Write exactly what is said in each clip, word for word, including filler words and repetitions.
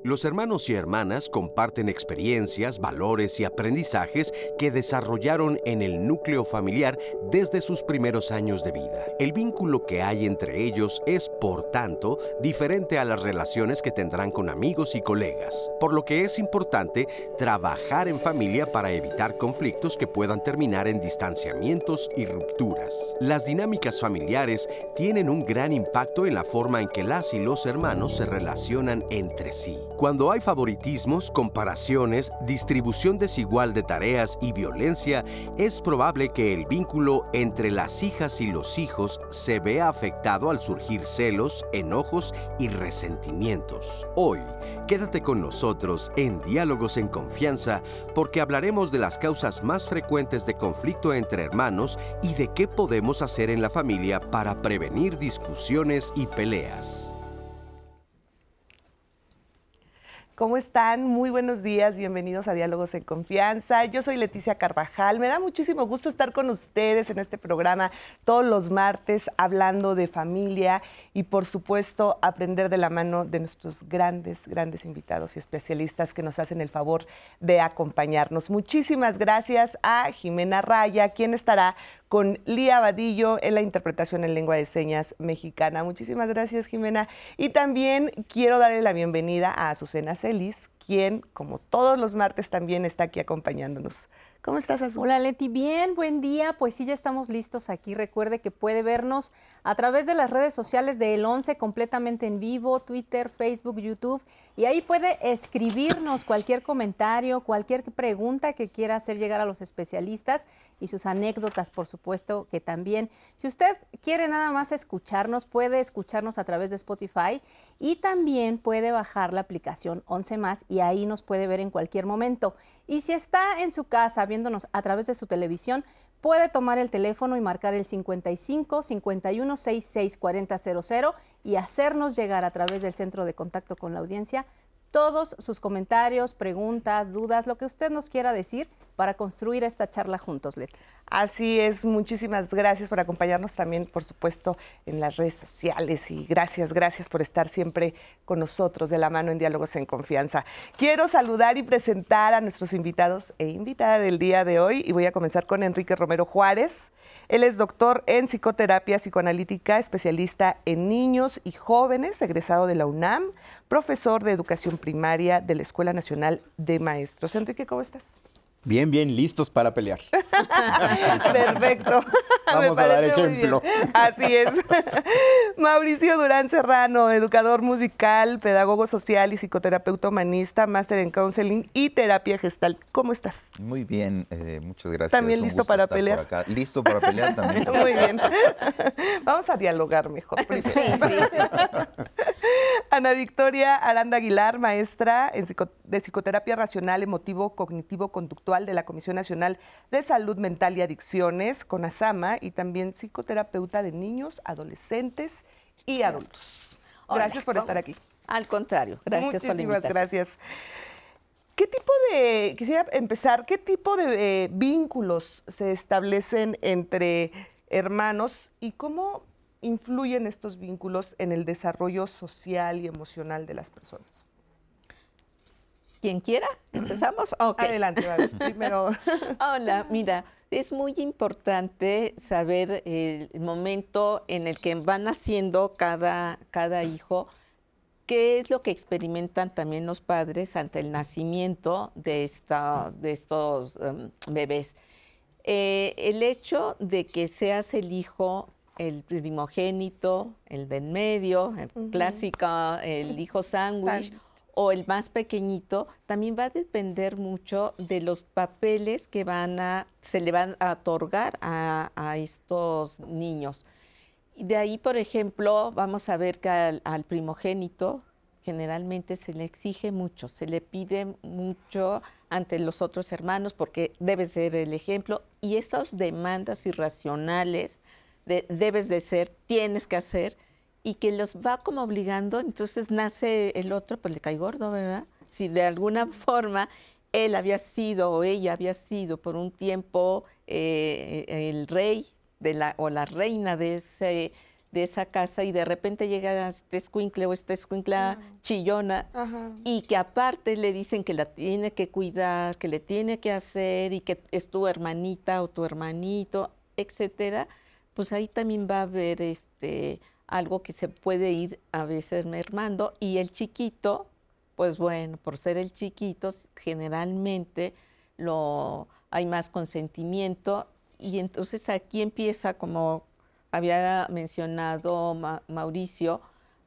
Los hermanos y hermanas comparten experiencias, valores y aprendizajes que desarrollaron en el núcleo familiar desde sus primeros años de vida. El vínculo que hay entre ellos es, por tanto, diferente a las relaciones que tendrán con amigos y colegas, por lo que es importante trabajar en familia para evitar conflictos que puedan terminar en distanciamientos y rupturas. Las dinámicas familiares tienen un gran impacto en la forma en que las y los hermanos se relacionan entre sí. Cuando hay favoritismos, comparaciones, distribución desigual de tareas y violencia, es probable que el vínculo entre las hijas y los hijos se vea afectado al surgir celos, enojos y resentimientos. Hoy, quédate con nosotros en Diálogos en Confianza, porque hablaremos de las causas más frecuentes de conflicto entre hermanos y de qué podemos hacer en la familia para prevenir discusiones y peleas. ¿Cómo están? Muy buenos días, bienvenidos a Diálogos en Confianza. Yo soy Leticia Carvajal, me da muchísimo gusto estar con ustedes en este programa todos los martes hablando de familia y por supuesto aprender de la mano de nuestros grandes, grandes invitados y especialistas que nos hacen el favor de acompañarnos. Muchísimas gracias a Jimena Raya, quien estará con Lía Vadillo en la interpretación en lengua de señas mexicana. Muchísimas gracias, Jimena. Y también quiero darle la bienvenida a Azucena Celis, quien, como todos los martes, también está aquí acompañándonos. ¿Cómo estás, Azu? Hola, Leti. Bien, buen día. Pues sí, ya estamos listos aquí. Recuerde que puede vernos a través de las redes sociales de El once, completamente en vivo, Twitter, Facebook, YouTube. Y ahí puede escribirnos cualquier comentario, cualquier pregunta que quiera hacer llegar a los especialistas y sus anécdotas, por supuesto, que también. Si usted quiere nada más escucharnos, puede escucharnos a través de Spotify y también puede bajar la aplicación once más y ahí nos puede ver en cualquier momento. Y si está en su casa viéndonos a través de su televisión, puede tomar el teléfono y marcar el cincuenta y cinco, cincuenta y uno, sesenta y seis, cuarenta, cero cero y hacernos llegar a través del centro de contacto con la audiencia todos sus comentarios, preguntas, dudas, lo que usted nos quiera decir para construir esta charla juntos, Leti. Así es, muchísimas gracias por acompañarnos también, por supuesto, en las redes sociales y gracias, gracias por estar siempre con nosotros de la mano en Diálogos en Confianza. Quiero saludar y presentar a nuestros invitados e invitada del día de hoy y voy a comenzar con Enrique Romero Juárez. Él es doctor en psicoterapia psicoanalítica, especialista en niños y jóvenes, egresado de la UNAM, profesor de educación primaria de la Escuela Nacional de Maestros. Enrique, ¿cómo estás? Bien, bien, listos para pelear. Perfecto. Vamos a dar ejemplo. Así es. Mauricio Durán Serrano, educador musical, pedagogo social y psicoterapeuta humanista, máster en counseling y terapia gestal. ¿Cómo estás? Muy bien, eh, muchas gracias. ¿También listo para pelear? Listo para pelear también. Muy bien. Vamos a dialogar mejor primero. Sí, sí. Ana Victoria Aranda Aguilar, maestra en psico de psicoterapia racional, emotivo, cognitivo, conductual de la Comisión Nacional de Salud Mental y Adicciones, CONASAMA, y también psicoterapeuta de niños, adolescentes y adultos. Gracias Hola, por vamos. estar aquí. Al contrario, gracias por la Muchísimas invitación. gracias. ¿Qué tipo de, quisiera empezar, qué tipo de eh, vínculos se establecen entre hermanos y cómo influyen estos vínculos en el desarrollo social y emocional de las personas? ¿Quién quiera? ¿Empezamos? Okay. Adelante, vale. Primero. Hola, mira, es muy importante saber el momento en el que van naciendo cada, cada hijo, qué es lo que experimentan también los padres ante el nacimiento de, esta, de estos um, bebés. Eh, el hecho de que seas el hijo, el primogénito, el del medio, el uh-huh. clásico, el hijo sándwich, o el más pequeñito, también va a depender mucho de los papeles que van a, se le van a otorgar a, a estos niños. Y de ahí, por ejemplo, vamos a ver que al, al primogénito generalmente se le exige mucho, se le pide mucho ante los otros hermanos porque debe ser el ejemplo. Y esas demandas irracionales de debes de ser, tienes que hacer, y que los va como obligando, entonces nace el otro, pues le cae gordo, ¿verdad? Si de alguna forma él había sido o ella había sido por un tiempo eh, el rey de la, o la reina de ese, de esa casa y de repente llega este escuincle o esta escuincla uh-huh. chillona uh-huh. y que aparte le dicen que la tiene que cuidar, que le tiene que hacer y que es tu hermanita o tu hermanito, etcétera, pues ahí también va a haber este, algo que se puede ir a veces mermando y el chiquito, pues bueno, por ser el chiquito, generalmente lo, hay más consentimiento y entonces aquí empieza, como había mencionado Ma- Mauricio,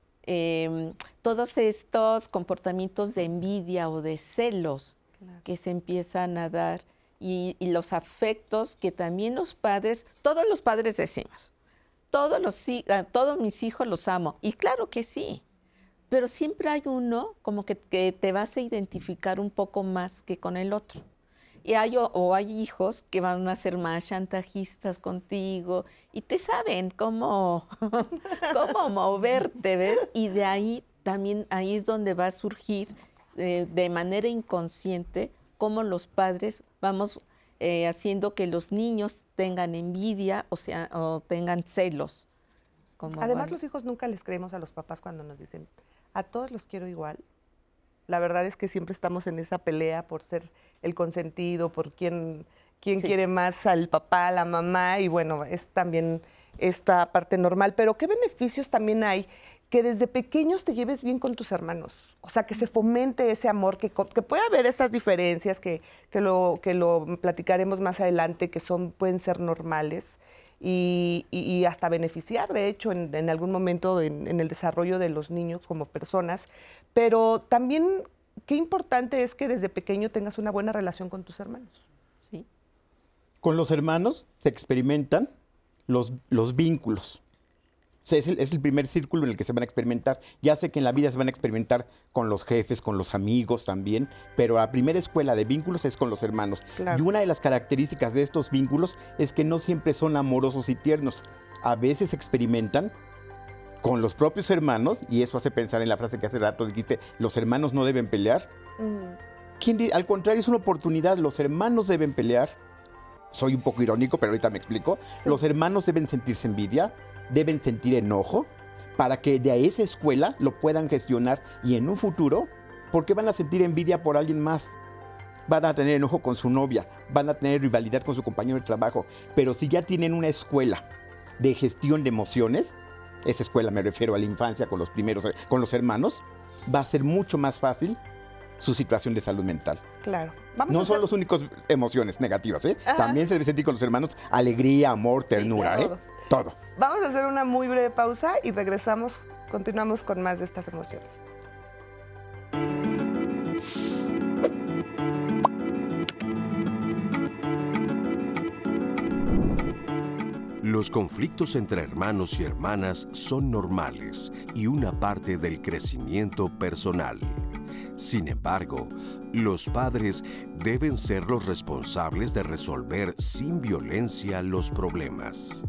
eh, todos estos comportamientos de envidia o de celos claro. que se empiezan a dar y, y los afectos que también los padres, todos los padres decimos, todos, los, a todos mis hijos los amo, y claro que sí, pero siempre hay uno como que, que te vas a identificar un poco más que con el otro. Y hay, o, o hay hijos que van a ser más chantajistas contigo y te saben cómo, cómo moverte, ¿ves? Y de ahí también, ahí es donde va a surgir eh, de manera inconsciente cómo los padres vamos eh, haciendo que los niños tengan envidia o, sea, o tengan celos. Como Además, vale. los hijos nunca les creemos a los papás cuando nos dicen, a todos los quiero igual. La verdad es que siempre estamos en esa pelea por ser el consentido, por quién, quién sí. quiere más al papá, a la mamá, y bueno, es también esta parte normal. Pero ¿qué beneficios también hay que desde pequeños te lleves bien con tus hermanos? O sea, que se fomente ese amor, que, que puede haber esas diferencias, que, que, lo, que lo platicaremos más adelante, que son, pueden ser normales. Y, y, y hasta beneficiar, de hecho, en, en algún momento en, en el desarrollo de los niños como personas. Pero también, qué importante es que desde pequeño tengas una buena relación con tus hermanos. Sí. Con los hermanos se experimentan los, los vínculos. O sea, es, el, es el primer círculo en el que se van a experimentar. Ya sé que en la vida se van a experimentar con los jefes, con los amigos también, pero la primera escuela de vínculos es con los hermanos. Claro. Y una de las características de estos vínculos es que no siempre son amorosos y tiernos. A veces experimentan con los propios hermanos, y eso hace pensar en la frase que hace rato dijiste, los hermanos no deben pelear. Uh-huh. ¿Quién, al contrario, es una oportunidad, los hermanos deben pelear. Soy un poco irónico, pero ahorita me explico. Sí. Los hermanos deben sentirse envidia, deben sentir enojo, para que de esa escuela lo puedan gestionar y en un futuro, ¿por qué van a sentir envidia por alguien más? Van a tener enojo con su novia, van a tener rivalidad con su compañero de trabajo, pero si ya tienen una escuela de gestión de emociones, esa escuela me refiero a la infancia con los primeros, con los hermanos, va a ser mucho más fácil su situación de salud mental. Claro. Vamos no a son hacer... las únicas emociones negativas, ¿eh? También se debe sentir con los hermanos alegría, amor, ternura, sí, claro. ¿eh? Todo. Vamos a hacer una muy breve pausa y regresamos, continuamos con más de estas emociones. Los conflictos entre hermanos y hermanas son normales y una parte del crecimiento personal. Sin embargo, los padres deben ser los responsables de resolver sin violencia los problemas.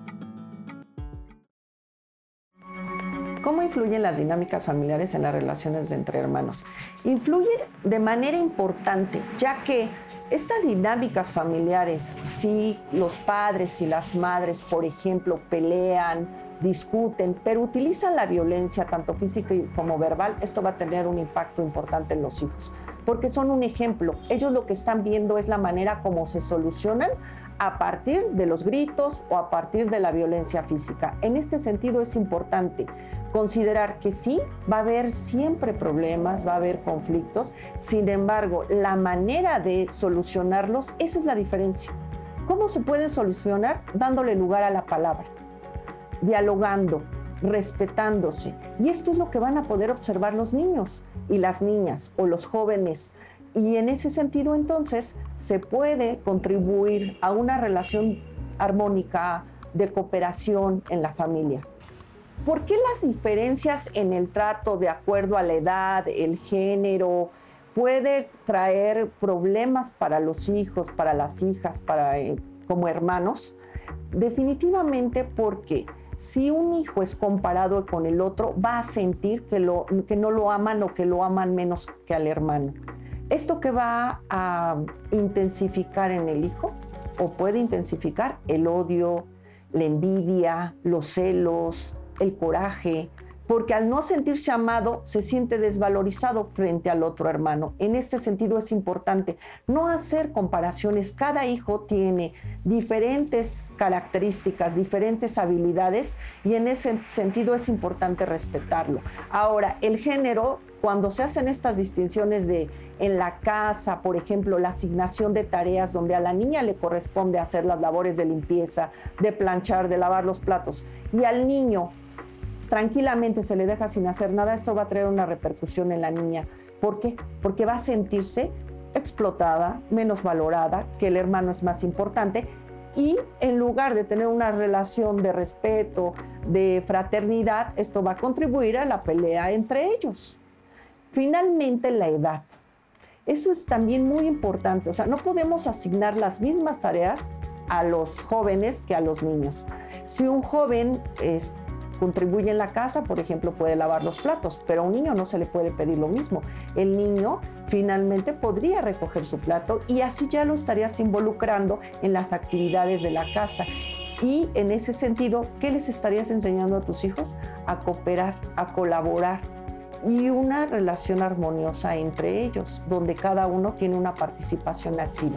¿Cómo influyen las dinámicas familiares en las relaciones entre hermanos? Influyen de manera importante, ya que estas dinámicas familiares, si los padres y las madres, por ejemplo, pelean, discuten, pero utilizan la violencia, tanto física como verbal, esto va a tener un impacto importante en los hijos, porque son un ejemplo. Ellos lo que están viendo es la manera como se solucionan a partir de los gritos o a partir de la violencia física. En este sentido es importante considerar que sí, va a haber siempre problemas, va a haber conflictos, sin embargo, la manera de solucionarlos, esa es la diferencia. ¿Cómo se pueden solucionar? Dándole lugar a la palabra, dialogando, respetándose. Y esto es lo que van a poder observar los niños y las niñas o los jóvenes. Y en ese sentido, entonces, se puede contribuir a una relación armónica de cooperación en la familia. ¿Por qué las diferencias en el trato de acuerdo a la edad, el género, puede traer problemas para los hijos, para las hijas, para, eh, como hermanos? Definitivamente porque si un hijo es comparado con el otro, va a sentir que, lo, que no lo aman o que lo aman menos que al hermano. ¿Esto que va a intensificar en el hijo? ¿O puede intensificar el odio, la envidia, los celos, el coraje, porque al no sentirse amado se siente desvalorizado frente al otro hermano. En este sentido es importante no hacer comparaciones. Cada hijo tiene diferentes características, diferentes habilidades y en ese sentido es importante respetarlo. Ahora, el género, cuando se hacen estas distinciones de en la casa, por ejemplo, la asignación de tareas donde a la niña le corresponde hacer las labores de limpieza, de planchar, de lavar los platos y al niño tranquilamente se le deja sin hacer nada, esto va a traer una repercusión en la niña. ¿Por qué? Porque va a sentirse explotada, menos valorada, que el hermano es más importante y en lugar de tener una relación de respeto, de fraternidad, esto va a contribuir a la pelea entre ellos. Finalmente, la edad. Eso es también muy importante, o sea, no podemos asignar las mismas tareas a los jóvenes que a los niños. Si un joven es contribuye en la casa, por ejemplo, puede lavar los platos, pero a un niño no se le puede pedir lo mismo. El niño finalmente podría recoger su plato y así ya lo estarías involucrando en las actividades de la casa. Y en ese sentido, ¿qué les estarías enseñando a tus hijos? A cooperar, a colaborar y una relación armoniosa entre ellos, donde cada uno tiene una participación activa.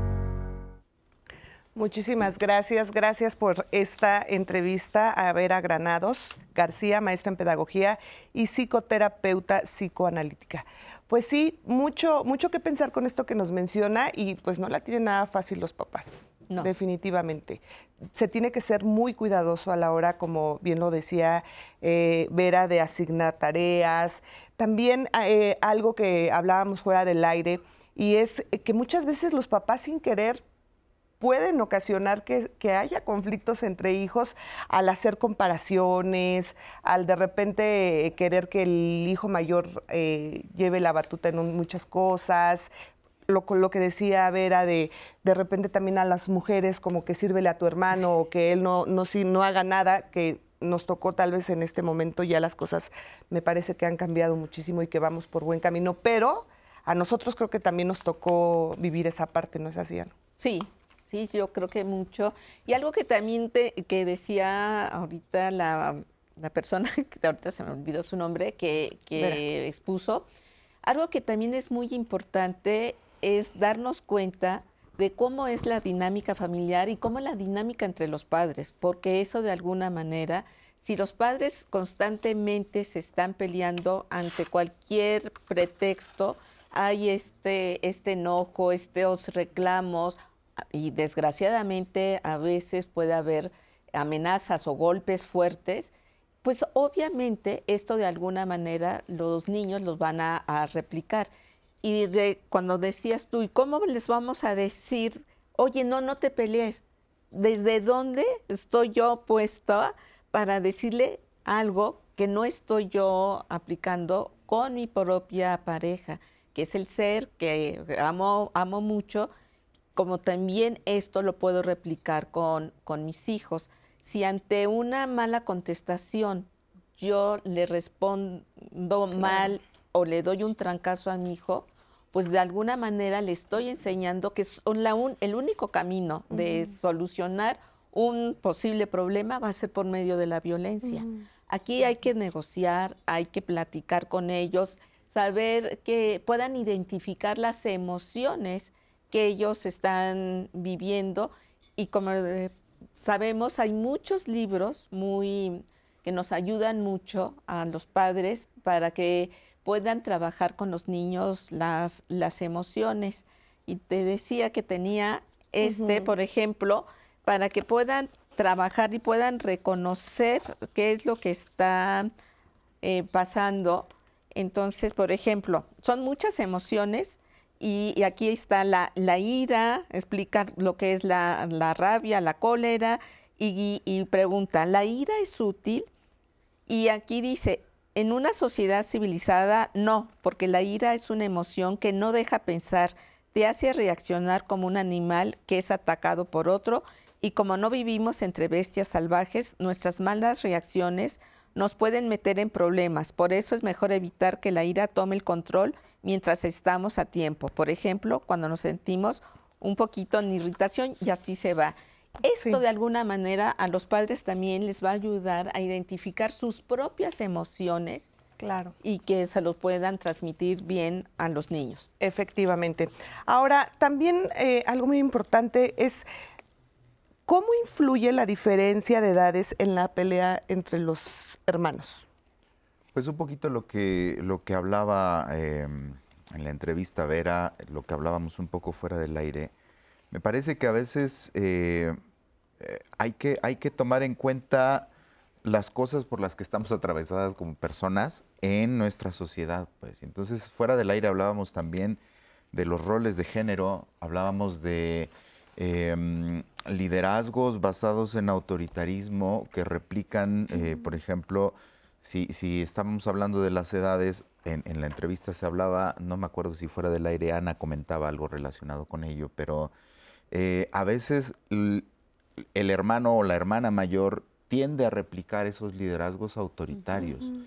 Muchísimas gracias. Gracias por esta entrevista a Vera Granados García, maestra en pedagogía y psicoterapeuta psicoanalítica. Pues sí, mucho, mucho que pensar con esto que nos menciona y pues no la tienen nada fácil los papás. No. Definitivamente. Se tiene que ser muy cuidadoso a la hora, como bien lo decía eh, Vera, de asignar tareas. También eh, algo que hablábamos fuera del aire y es que muchas veces los papás sin querer pueden ocasionar que, que haya conflictos entre hijos al hacer comparaciones, al de repente querer que el hijo mayor eh, lleve la batuta en un, muchas cosas. Lo, lo que decía Vera de de repente también a las mujeres como que sírvele a tu hermano o que él no, no, si, no haga nada, que nos tocó tal vez en este momento ya las cosas me parece que han cambiado muchísimo y que vamos por buen camino, pero a nosotros creo que también nos tocó vivir esa parte, ¿no es así, Ana? Sí. Sí, yo creo que mucho. Y algo que también te, que decía ahorita la, la persona, que ahorita se me olvidó su nombre, que, que expuso, algo que también es muy importante es darnos cuenta de cómo es la dinámica familiar y cómo es la dinámica entre los padres, porque eso de alguna manera, si los padres constantemente se están peleando ante cualquier pretexto, hay este, este enojo, estos reclamos, y desgraciadamente a veces puede haber amenazas o golpes fuertes, pues obviamente esto de alguna manera los niños los van a, a replicar. Y de, cuando decías tú, ¿y cómo les vamos a decir, oye, no, no te pelees? ¿Desde dónde estoy yo puesta para decirle algo que no estoy yo aplicando con mi propia pareja, que es el ser que amo, amo mucho? Como también esto lo puedo replicar con, con mis hijos. Si ante una mala contestación yo le respondo mal o le doy un trancazo a mi hijo, pues de alguna manera le estoy enseñando que son la un, el único camino de uh-huh. solucionar un posible problema va a ser por medio de la violencia. Uh-huh. Aquí hay que negociar, hay que platicar con ellos, saber que puedan identificar las emociones que ellos están viviendo y como eh, sabemos hay muchos libros muy que nos ayudan mucho a los padres para que puedan trabajar con los niños las, las emociones. Y te decía que tenía este, uh-huh. por ejemplo, para que puedan trabajar y puedan reconocer qué es lo que está eh, pasando. Entonces, por ejemplo, son muchas emociones. Y, y aquí está la, la ira, explicar lo que es la, la rabia, la cólera, y, y pregunta, ¿la ira es útil? Y aquí dice, en una sociedad civilizada, no, porque la ira es una emoción que no deja pensar, te hace reaccionar como un animal que es atacado por otro, y como no vivimos entre bestias salvajes, nuestras malas reacciones nos pueden meter en problemas. Por eso es mejor evitar que la ira tome el control mientras estamos a tiempo. Por ejemplo, cuando nos sentimos un poquito en irritación y así se va. Esto Sí. de alguna manera a los padres también les va a ayudar a identificar sus propias emociones Claro. y que se los puedan transmitir bien a los niños. Efectivamente. Ahora, también eh, algo muy importante es cómo influye la diferencia de edades en la pelea entre los hermanos. Pues un poquito lo que, lo que hablaba eh, en la entrevista Vera, lo que hablábamos un poco fuera del aire. Me parece que a veces eh, eh, hay que, hay que tomar en cuenta las cosas por las que estamos atravesadas como personas en nuestra sociedad, pues. Entonces, fuera del aire hablábamos también de los roles de género, hablábamos de eh, liderazgos basados en autoritarismo que replican, eh, por ejemplo, si, si estábamos hablando de las edades, en, en la entrevista se hablaba, no me acuerdo si fuera del aire, Ana comentaba algo relacionado con ello, pero eh, a veces el, el hermano o la hermana mayor tiende a replicar esos liderazgos autoritarios, uh-huh.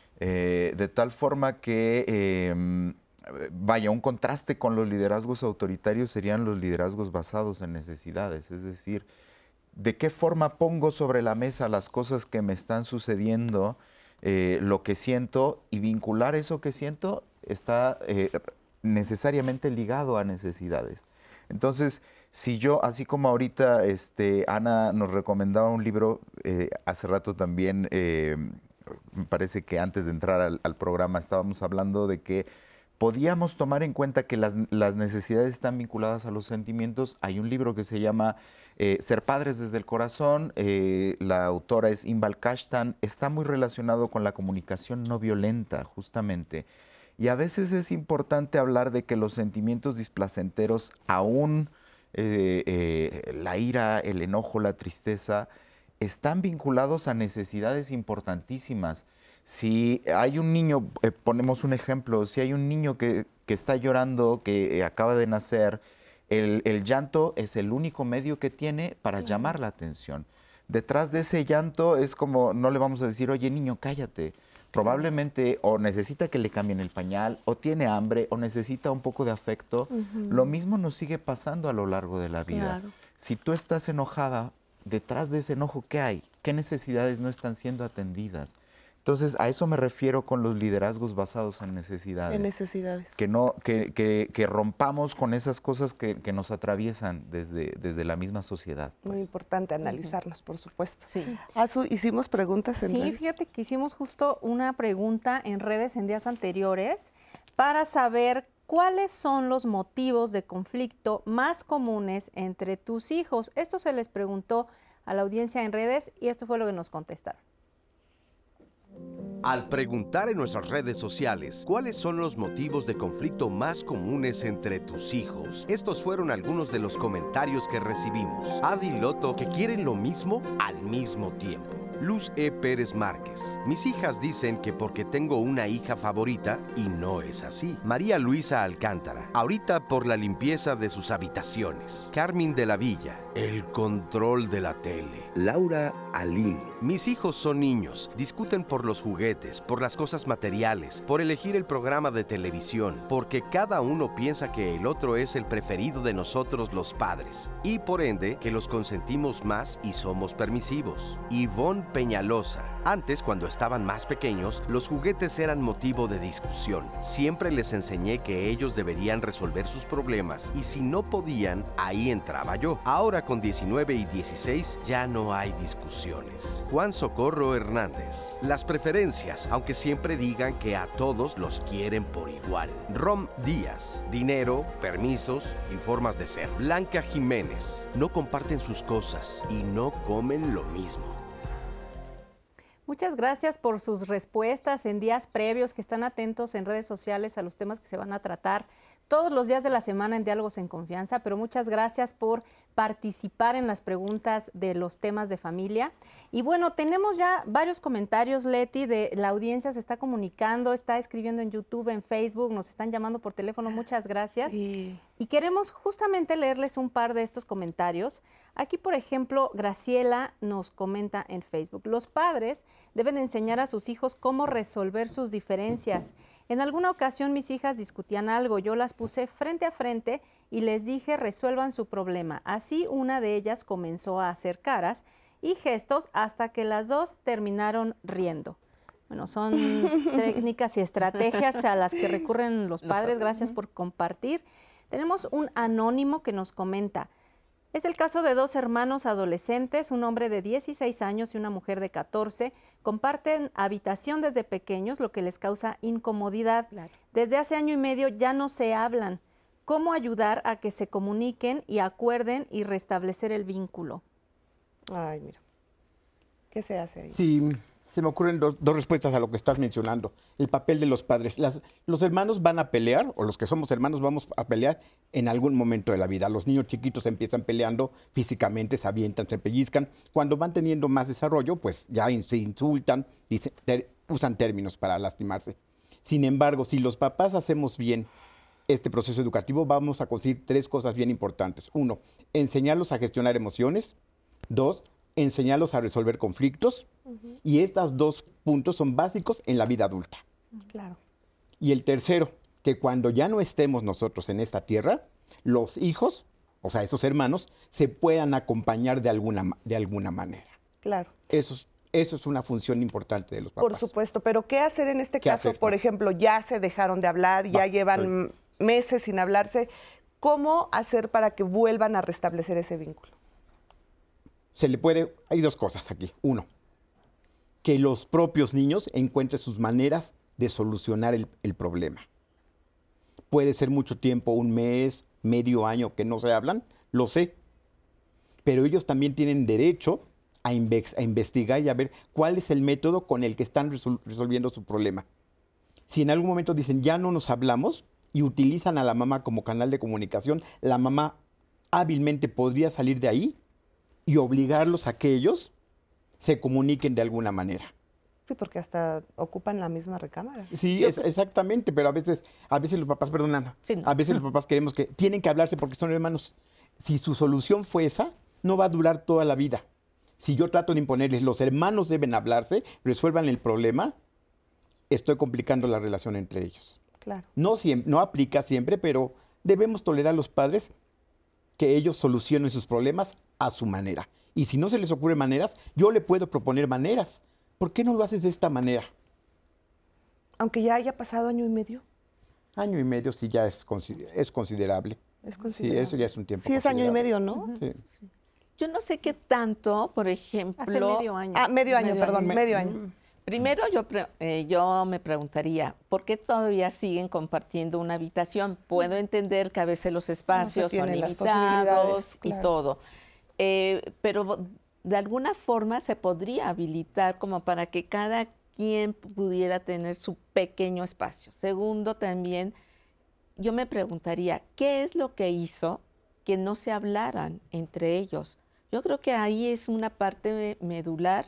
eh, de tal forma que, eh, vaya, un contraste con los liderazgos autoritarios serían los liderazgos basados en necesidades, es decir, ¿de qué forma pongo sobre la mesa las cosas que me están sucediendo, eh, lo que siento, y vincular eso que siento está eh, necesariamente ligado a necesidades? Entonces, si yo, así como ahorita este, Ana nos recomendaba un libro, eh, hace rato también, eh, me parece que antes de entrar al, al programa estábamos hablando de que podíamos tomar en cuenta que las, las necesidades están vinculadas a los sentimientos. Hay un libro que se llama eh, Ser padres desde el corazón, eh, la autora es Inbal Kashtan, está muy relacionado con la comunicación no violenta, justamente. Y a veces es importante hablar de que los sentimientos displacenteros, aún eh, eh, la ira, el enojo, la tristeza, están vinculados a necesidades importantísimas. Si hay un niño, eh, ponemos un ejemplo, si hay un niño que, que está llorando, que eh, acaba de nacer, el, el llanto es el único medio que tiene para sí. llamar la atención. Detrás de ese llanto es como, no le vamos a decir, oye niño, cállate. Probablemente o necesita que le cambien el pañal, o tiene hambre, o necesita un poco de afecto. Uh-huh. Lo mismo nos sigue pasando a lo largo de la vida. Claro. Si tú estás enojada, detrás de ese enojo, ¿qué hay? ¿Qué necesidades no están siendo atendidas? Entonces, a eso me refiero con los liderazgos basados en necesidades. En necesidades. Que, no, que, que, que rompamos con esas cosas que, que nos atraviesan desde, desde la misma sociedad. Muy pues. importante analizarnos, uh-huh. por supuesto. Sí. Azu, ¿hicimos preguntas en Sí, redes? Fíjate que hicimos justo una pregunta en redes en días anteriores para saber cuáles son los motivos de conflicto más comunes entre tus hijos. Esto se les preguntó a la audiencia en redes y esto fue lo que nos contestaron. Al preguntar en nuestras redes sociales cuáles son los motivos de conflicto más comunes entre tus hijos, estos fueron algunos de los comentarios que recibimos. Adi Loto, que quieren lo mismo al mismo tiempo. Luz E. Pérez Márquez. Mis hijas dicen que porque tengo una hija favorita y no es así. María Luisa Alcántara. Ahorita por la limpieza de sus habitaciones. Carmen de la Villa. El control de la tele. Laura Alín. Mis hijos son niños. Discuten por los juguetes, por las cosas materiales, por elegir el programa de televisión, porque cada uno piensa que el otro es el preferido de nosotros los padres. Y por ende, que los consentimos más y somos permisivos. Ivonne Peñalosa. Antes, cuando estaban más pequeños, los juguetes eran motivo de discusión. Siempre les enseñé que ellos deberían resolver sus problemas y si no podían, ahí entraba yo. Ahora con diecinueve y dieciséis ya no hay discusiones. Juan Socorro Hernández. Las preferencias, aunque siempre digan que a todos los quieren por igual. Rom Díaz. Dinero, permisos y formas de ser. Blanca Jiménez. No comparten sus cosas y no comen lo mismo. Muchas gracias por sus respuestas en días previos, que están atentos en redes sociales a los temas que se van a tratar todos los días de la semana en Diálogos en Confianza, pero muchas gracias por participar en las preguntas de los temas de familia. Y bueno, tenemos ya varios comentarios, Leti, de la audiencia se está comunicando, está escribiendo en YouTube, en Facebook, nos están llamando por teléfono, muchas gracias. Sí. Y queremos justamente leerles un par de estos comentarios. Aquí, por ejemplo, Graciela nos comenta en Facebook: los padres deben enseñar a sus hijos cómo resolver sus diferencias. En alguna ocasión mis hijas discutían algo, yo las puse frente a frente y les dije resuelvan su problema. Así una de ellas comenzó a hacer caras y gestos hasta que las dos terminaron riendo. Bueno, son técnicas y estrategias a las que recurren los padres. Gracias por compartir. Tenemos un anónimo que nos comenta. Es el caso de dos hermanos adolescentes, un hombre de dieciséis años y una mujer de catorce. Comparten habitación desde pequeños, lo que les causa incomodidad. Claro. Desde hace año y medio ya no se hablan. ¿Cómo ayudar a que se comuniquen y acuerden y restablecer el vínculo? Ay, mira. ¿Qué se hace ahí? Sí, se me ocurren dos, dos respuestas a lo que estás mencionando. El papel de los padres. Las, los hermanos van a pelear, o los que somos hermanos vamos a pelear en algún momento de la vida. Los niños chiquitos empiezan peleando físicamente, se avientan, se pellizcan. Cuando van teniendo más desarrollo, pues ya se insultan y se, ter, usan términos para lastimarse. Sin embargo, si los papás hacemos bien este proceso educativo, vamos a conseguir tres cosas bien importantes. Uno, enseñarlos a gestionar emociones. Dos, enseñarlos a resolver conflictos. Uh-huh. Y estos dos puntos son básicos en la vida adulta. Claro. Y el tercero, que cuando ya no estemos nosotros en esta tierra, los hijos, o sea, esos hermanos, se puedan acompañar de alguna, de alguna manera. Claro. Eso es, eso es una función importante de los papás. Por supuesto, pero ¿qué hacer en este caso? Hacer? Por ejemplo, ya se dejaron de hablar, ya Va, llevan sí. meses sin hablarse. ¿Cómo hacer para que vuelvan a restablecer ese vínculo? Se le puede, hay dos cosas aquí. Uno, que los propios niños encuentren sus maneras de solucionar el, el problema. Puede ser mucho tiempo, un mes, medio año que no se hablan, lo sé. Pero ellos también tienen derecho a, inve- a investigar y a ver cuál es el método con el que están resol- resolviendo su problema. Si en algún momento dicen ya no nos hablamos y utilizan a la mamá como canal de comunicación, la mamá hábilmente podría salir de ahí y obligarlos a que ellos se comuniquen de alguna manera. Sí, porque hasta ocupan la misma recámara. Sí, es, exactamente, pero a veces, a veces los papás, perdón, sí, no. a veces los papás queremos que tienen que hablarse porque son hermanos. Si su solución fue esa, no va a durar toda la vida. Si yo trato de imponerles, los hermanos deben hablarse, resuelvan el problema, estoy complicando la relación entre ellos. Claro. No, siempre, no aplica siempre, pero debemos tolerar a los padres que ellos solucionen sus problemas a su manera. Y si no se les ocurren maneras, yo le puedo proponer maneras. ¿Por qué no lo haces de esta manera? Aunque ya haya pasado año y medio. Año y medio sí ya es, consider- es considerable. Es considerable. Sí, eso ya es un tiempo Sí, es año y medio, ¿no? Sí. Sí. Yo no sé qué tanto, por ejemplo... Hace medio año. Ah, medio año, medio perdón, año. medio año. Primero yo, pre- eh, yo me preguntaría, ¿por qué todavía siguen compartiendo una habitación? Puedo entender que a veces los espacios son tienen las limitados posibilidades, y claro. todo, eh, pero de alguna forma se podría habilitar como para que cada quien pudiera tener su pequeño espacio. Segundo, también yo me preguntaría, ¿qué es lo que hizo que no se hablaran entre ellos? Yo creo que ahí es una parte medular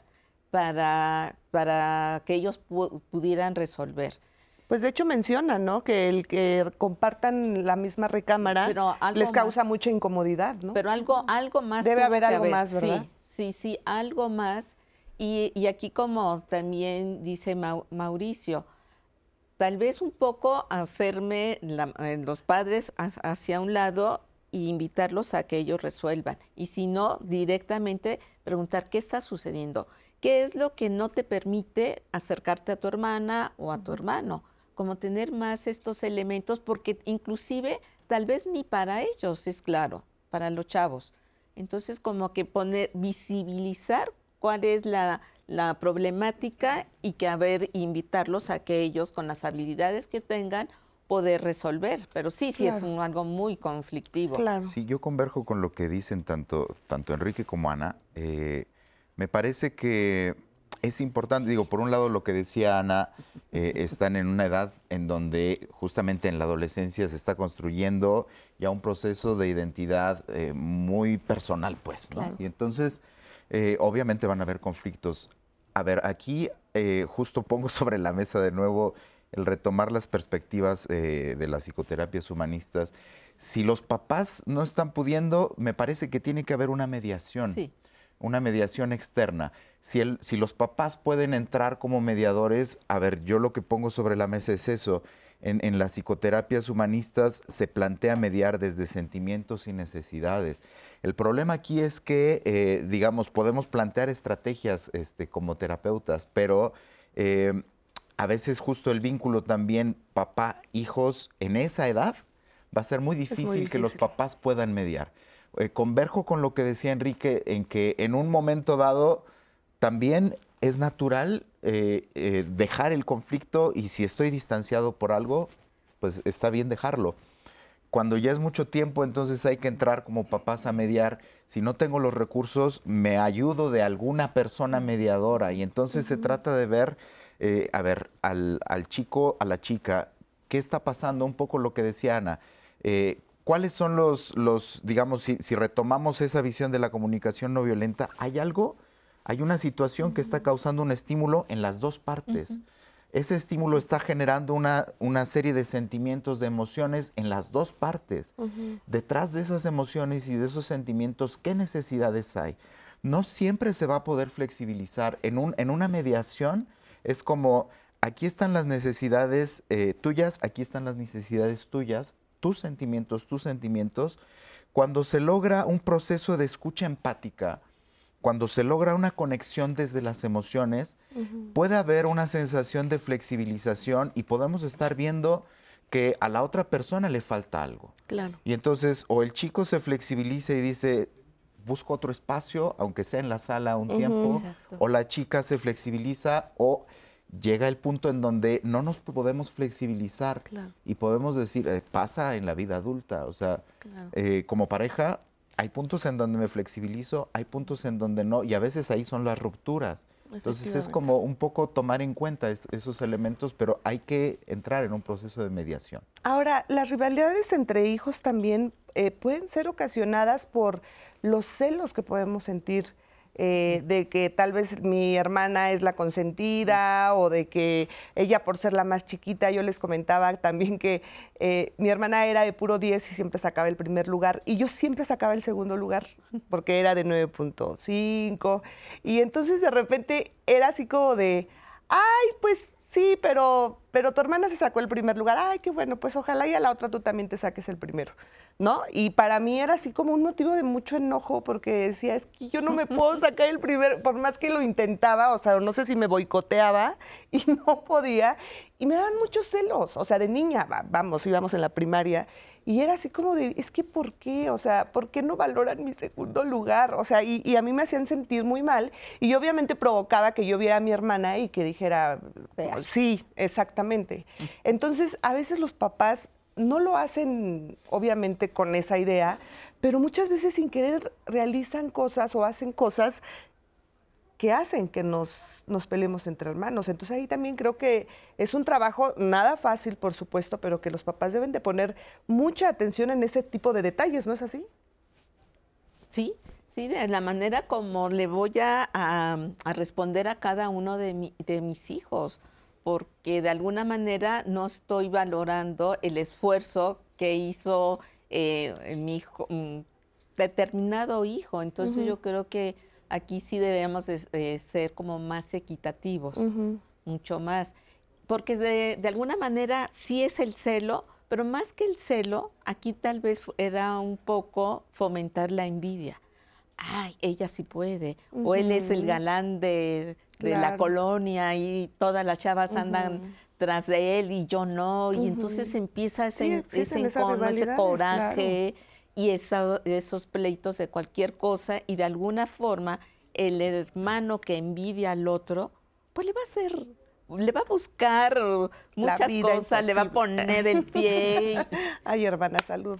para, para que ellos pu- pudieran resolver. Pues de hecho mencionan, ¿no? Que el que compartan la misma recámara Pero algo les causa más. mucha incomodidad, ¿no? Pero algo, algo más. Debe tuvo haber que algo más, ¿verdad? Sí, sí, sí, algo más. Y, y aquí como también dice Mau- Mauricio, tal vez un poco hacerme la- eh, los padres ha- hacia un lado e invitarlos a que ellos resuelvan. Y si no, directamente preguntar qué está sucediendo. ¿Qué es lo que no te permite acercarte a tu hermana o a tu hermano? Como tener más estos elementos, porque inclusive tal vez ni para ellos es claro, para los chavos. Entonces, como que poner, visibilizar cuál es la, la problemática y que, a ver, invitarlos a que ellos, con las habilidades que tengan, poder resolver. Pero sí, sí es Claro. un, algo muy conflictivo. Claro. Sí, yo converjo con lo que dicen tanto, tanto Enrique como Ana. Eh, me parece que es importante, digo, por un lado lo que decía Ana, eh, están en una edad en donde justamente en la adolescencia se está construyendo ya un proceso de identidad eh, muy personal, pues, ¿no? Claro. Y entonces, eh, obviamente van a haber conflictos. A ver, aquí eh, justo pongo sobre la mesa de nuevo el retomar las perspectivas eh, de las psicoterapias humanistas. Si los papás no están pudiendo, me parece que tiene que haber una mediación. Sí. una mediación externa. Si, el, si los papás pueden entrar como mediadores, a ver, yo lo que pongo sobre la mesa es eso. En, en las psicoterapias humanistas se plantea mediar desde sentimientos y necesidades. El problema aquí es que, eh, digamos, podemos plantear estrategias este, como terapeutas, pero eh, a veces justo el vínculo también papá-hijos en esa edad va a ser muy difícil, muy difícil. que los papás puedan mediar. Eh, converjo con lo que decía Enrique, en que en un momento dado también es natural eh, eh, dejar el conflicto, y si estoy distanciado por algo, pues está bien dejarlo. Cuando ya es mucho tiempo, entonces hay que entrar como papás a mediar. Si no tengo los recursos, me ayudo de alguna persona mediadora, y entonces uh-huh. se trata de ver, eh, a ver, al, al chico, a la chica, ¿qué está pasando? Un poco lo que decía Ana. Eh, ¿Cuáles son los, los digamos, si, si retomamos esa visión de la comunicación no violenta, hay algo, hay una situación que está causando un estímulo en las dos partes. Uh-huh. Ese estímulo está generando una, una serie de sentimientos, de emociones en las dos partes. Uh-huh. Detrás de esas emociones y de esos sentimientos, ¿qué necesidades hay? No siempre se va a poder flexibilizar. En, un, en una mediación es como, aquí están las necesidades eh, tuyas, aquí están las necesidades tuyas, tus sentimientos, tus sentimientos. Cuando se logra un proceso de escucha empática, cuando se logra una conexión desde las emociones, uh-huh. puede haber una sensación de flexibilización y podemos estar viendo que a la otra persona le falta algo. Claro. Y entonces, o el chico se flexibiliza y dice, busco otro espacio, aunque sea en la sala un uh-huh. tiempo, Exacto. o la chica se flexibiliza, o llega el punto en donde no nos podemos flexibilizar claro. y podemos decir, eh, pasa en la vida adulta, o sea, claro. eh, como pareja, hay puntos en donde me flexibilizo, hay puntos en donde no, y a veces ahí son las rupturas. Entonces es como un poco tomar en cuenta es, esos elementos, pero hay que entrar en un proceso de mediación. Ahora, las rivalidades entre hijos también eh, pueden ser ocasionadas por los celos que podemos sentir eh, de que tal vez mi hermana es la consentida o de que ella por ser la más chiquita, yo les comentaba también que eh, mi hermana era de puro diez y siempre sacaba el primer lugar y yo siempre sacaba el segundo lugar porque era de nueve punto cinco y entonces de repente era así como de, ay, pues sí, pero, pero tu hermana se sacó el primer lugar, ay, qué bueno, pues ojalá y a la otra tú también te saques el primero, ¿no? Y para mí era así como un motivo de mucho enojo porque decía, es que yo no me puedo sacar el primero, por más que lo intentaba, o sea, no sé si me boicoteaba y no podía, y me daban muchos celos, o sea, de niña, vamos, íbamos en la primaria, y era así como de, es que ¿por qué? O sea, ¿por qué no valoran mi segundo lugar? O sea, y, y a mí me hacían sentir muy mal, y yo obviamente provocaba que yo viera a mi hermana y que dijera, Vea. sí, exactamente. Entonces, a veces los papás no lo hacen, obviamente, con esa idea, pero muchas veces sin querer realizan cosas o hacen cosas que hacen que nos, nos peleemos entre hermanos. Entonces ahí también creo que es un trabajo nada fácil, por supuesto, pero que los papás deben de poner mucha atención en ese tipo de detalles, ¿no es así? Sí, sí, de la manera como le voy a, a, a responder a cada uno de, mi, de mis hijos, porque de alguna manera no estoy valorando el esfuerzo que hizo eh, mi hijo, determinado hijo. Entonces uh-huh. yo creo que aquí sí debemos de, de ser como más equitativos, uh-huh. mucho más. Porque de, de alguna manera sí es el celo, pero más que el celo, aquí tal vez era un poco fomentar la envidia. Ay, ella sí puede, uh-huh. o él es el galán de, de claro. la colonia y todas las chavas uh-huh. andan tras de él y yo no, uh-huh. y entonces empieza ese, sí, ese encono, ese coraje claro. y esa, esos pleitos de cualquier cosa, y de alguna forma el hermano que envidia al otro, pues le va a hacer, le va a buscar muchas cosas, imposible. Le va a poner el pie. Ay, hermana, saludos.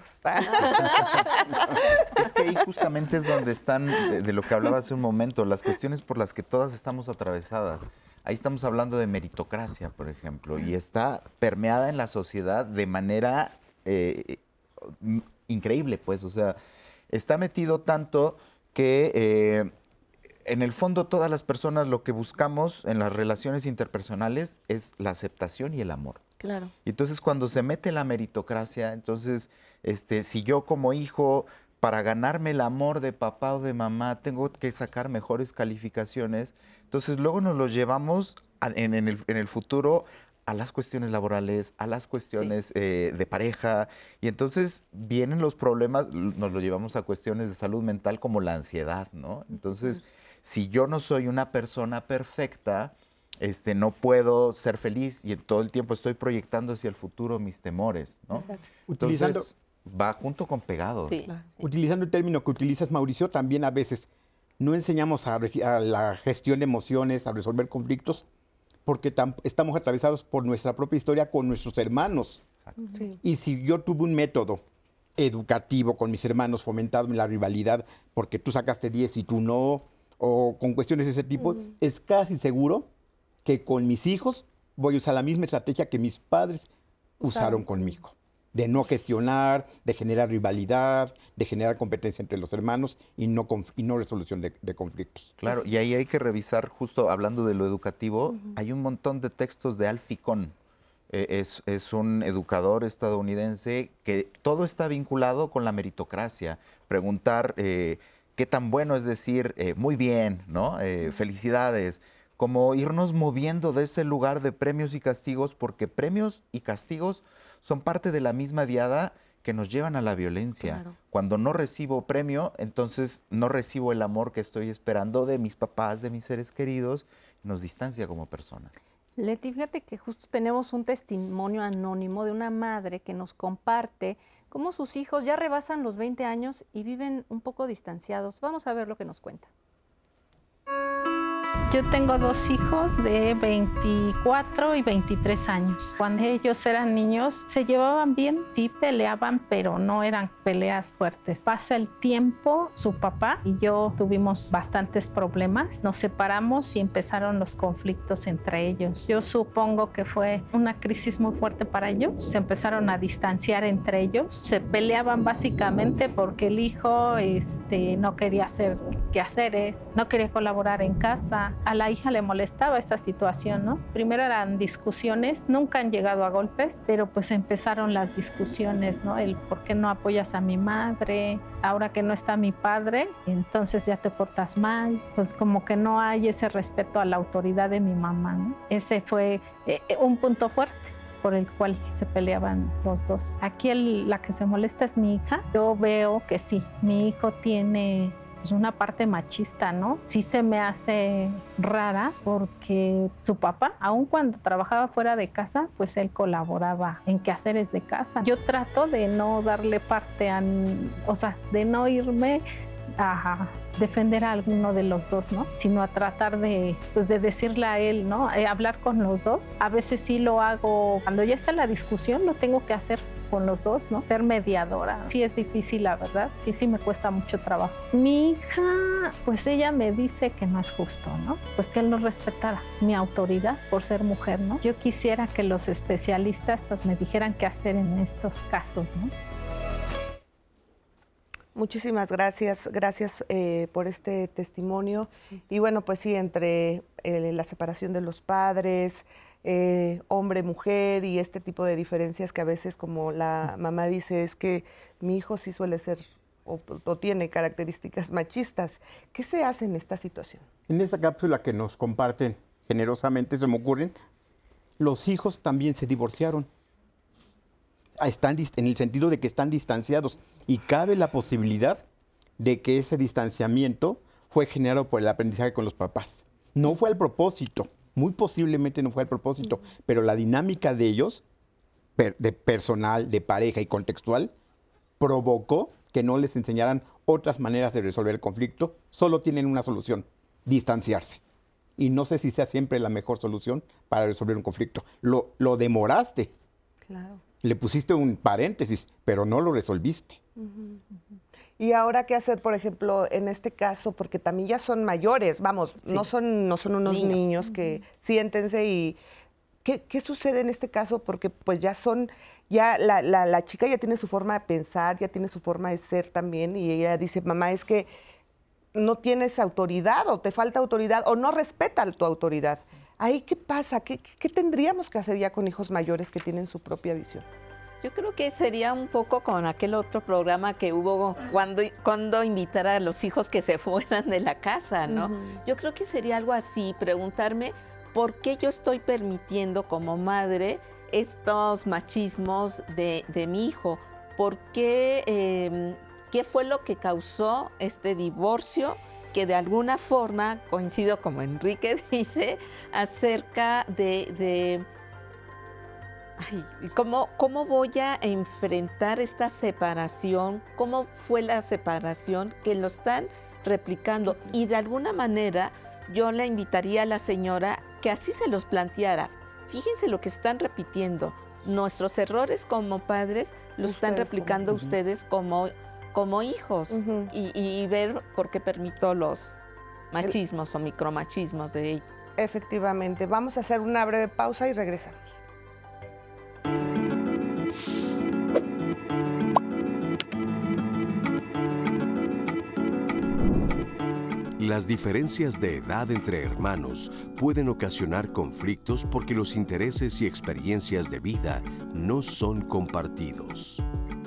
Es que ahí justamente es donde están, de, de lo que hablaba hace un momento, las cuestiones por las que todas estamos atravesadas. Ahí estamos hablando de meritocracia, por ejemplo, y está permeada en la sociedad de manera eh, increíble, pues, o sea, está metido tanto que eh, en el fondo todas las personas lo que buscamos en las relaciones interpersonales es la aceptación y el amor. Claro. Y entonces cuando se mete la meritocracia, entonces este, si yo como hijo para ganarme el amor de papá o de mamá tengo que sacar mejores calificaciones. Entonces luego nos los llevamos a, en, en, el, en el futuro a las cuestiones laborales, a las cuestiones sí. eh, de pareja, y entonces vienen los problemas, nos lo llevamos a cuestiones de salud mental como la ansiedad, ¿no? Entonces, uh-huh. si yo no soy una persona perfecta, este, no puedo ser feliz y todo el tiempo estoy proyectando hacia el futuro mis temores, ¿no? Exacto. Utilizando, entonces, va junto con pegado. Sí, claro. Utilizando el término que utilizas, Mauricio, también a veces no enseñamos a, a la gestión de emociones, a resolver conflictos, porque estamos atravesados por nuestra propia historia con nuestros hermanos. Sí. Y si yo tuve un método educativo con mis hermanos, fomentado en la rivalidad, porque tú sacaste diez y tú no, o con cuestiones de ese tipo, mm. es casi seguro que con mis hijos voy a usar la misma estrategia que mis padres usaron conmigo. De no gestionar, de generar rivalidad, de generar competencia entre los hermanos y no, y no resolución de, de conflictos. Claro, y ahí hay que revisar, justo hablando de lo educativo, uh-huh. hay un montón de textos de Alfie Kohn. Eh, es, es un educador estadounidense que todo está vinculado con la meritocracia. Preguntar eh, qué tan bueno es decir, eh, muy bien, ¿no? Eh, felicidades. Como irnos moviendo de ese lugar de premios y castigos, porque premios y castigos son parte de la misma diada que nos llevan a la violencia. Claro. Cuando no recibo premio, entonces no recibo el amor que estoy esperando de mis papás, de mis seres queridos, nos distancia como personas. Leti, fíjate que justo tenemos un testimonio anónimo de una madre que nos comparte cómo sus hijos ya rebasan los veinte años y viven un poco distanciados. Vamos a ver lo que nos cuenta. Yo tengo dos hijos de veinticuatro y veintitrés años. Cuando ellos eran niños se llevaban bien, sí peleaban, pero no eran peleas fuertes. Pasa el tiempo, su papá y yo tuvimos bastantes problemas. Nos separamos y empezaron los conflictos entre ellos. Yo supongo que fue una crisis muy fuerte para ellos. Se empezaron a distanciar entre ellos. Se peleaban básicamente porque el hijo este, no quería hacer quehaceres, no quería colaborar en casa. A la hija le molestaba esta situación, ¿no? Primero eran discusiones, nunca han llegado a golpes, pero pues empezaron las discusiones, ¿no? El por qué no apoyas a mi madre, ahora que no está mi padre, entonces ya te portas mal, pues como que no hay ese respeto a la autoridad de mi mamá, ¿no? Ese fue eh, un punto fuerte por el cual se peleaban los dos. Aquí el, la que se molesta es mi hija. Yo veo que sí, mi hijo tiene una parte machista, ¿no? Sí se me hace rara porque su papá, aun cuando trabajaba fuera de casa, pues él colaboraba en quehaceres de casa. Yo trato de no darle parte a, o sea, de no irme a defender a alguno de los dos, ¿no? Sino a tratar de, pues, de decirle a él, ¿no? Eh, hablar con los dos. A veces sí lo hago, cuando ya está la discusión, lo tengo que hacer con los dos, ¿no? Ser mediadora. Sí es difícil, la verdad. Sí, sí me cuesta mucho trabajo. Mi hija, pues ella me dice que no es justo, ¿no? Pues que él no respetara mi autoridad por ser mujer, ¿no? Yo quisiera que los especialistas pues me dijeran qué hacer en estos casos, ¿no? Muchísimas gracias, gracias eh, por este testimonio. Y bueno, pues sí, entre eh, la separación de los padres, eh, hombre, mujer y este tipo de diferencias que a veces, como la mamá dice, es que mi hijo sí suele ser o, o tiene características machistas. ¿Qué se hace en esta situación? En esta cápsula que nos comparten generosamente, se me ocurren, los hijos también se divorciaron. Están en el sentido de que están distanciados y cabe la posibilidad de que ese distanciamiento fue generado por el aprendizaje con los papás. No fue al propósito, muy posiblemente no fue al propósito, uh-huh. pero la dinámica de ellos, per, de personal, de pareja y contextual, provocó que no les enseñaran otras maneras de resolver el conflicto. Solo tienen una solución, distanciarse. Y no sé si sea siempre la mejor solución para resolver un conflicto. Lo, lo demoraste. Claro. Le pusiste un paréntesis, pero no lo resolviste. Uh-huh, uh-huh. Y ahora, ¿qué hacer, por ejemplo, en este caso? Porque también ya son mayores, vamos, sí. no, son, no son unos niños, niños que uh-huh. siéntense y... ¿qué, ¿Qué sucede en este caso? Porque pues ya son, ya la, la, la chica ya tiene su forma de pensar, ya tiene su forma de ser también, y ella dice, mamá, es que no tienes autoridad, o te falta autoridad, o no respeta tu autoridad. ¿Ahí qué pasa? ¿Qué, ¿Qué tendríamos que hacer ya con hijos mayores que tienen su propia visión? Yo creo que sería un poco con aquel otro programa que hubo cuando, cuando invitar a los hijos que se fueran de la casa, ¿no? Uh-huh. Yo creo que sería algo así, preguntarme por qué yo estoy permitiendo como madre estos machismos de, de mi hijo, por qué, eh, qué fue lo que causó este divorcio, que de alguna forma, coincido como Enrique dice, acerca de... de Ay, ¿cómo, ¿Cómo voy a enfrentar esta separación? ¿Cómo fue la separación que lo están replicando? Y de alguna manera yo le invitaría a la señora que así se los planteara. Fíjense lo que están repitiendo. Nuestros errores como padres los ustedes están replicando como, ustedes como, como hijos. Uh-huh. y, y ver por qué permito los machismos El... o micromachismos de ellos. Efectivamente. Vamos a hacer una breve pausa y regresamos. Las diferencias de edad entre hermanos pueden ocasionar conflictos porque los intereses y experiencias de vida no son compartidos.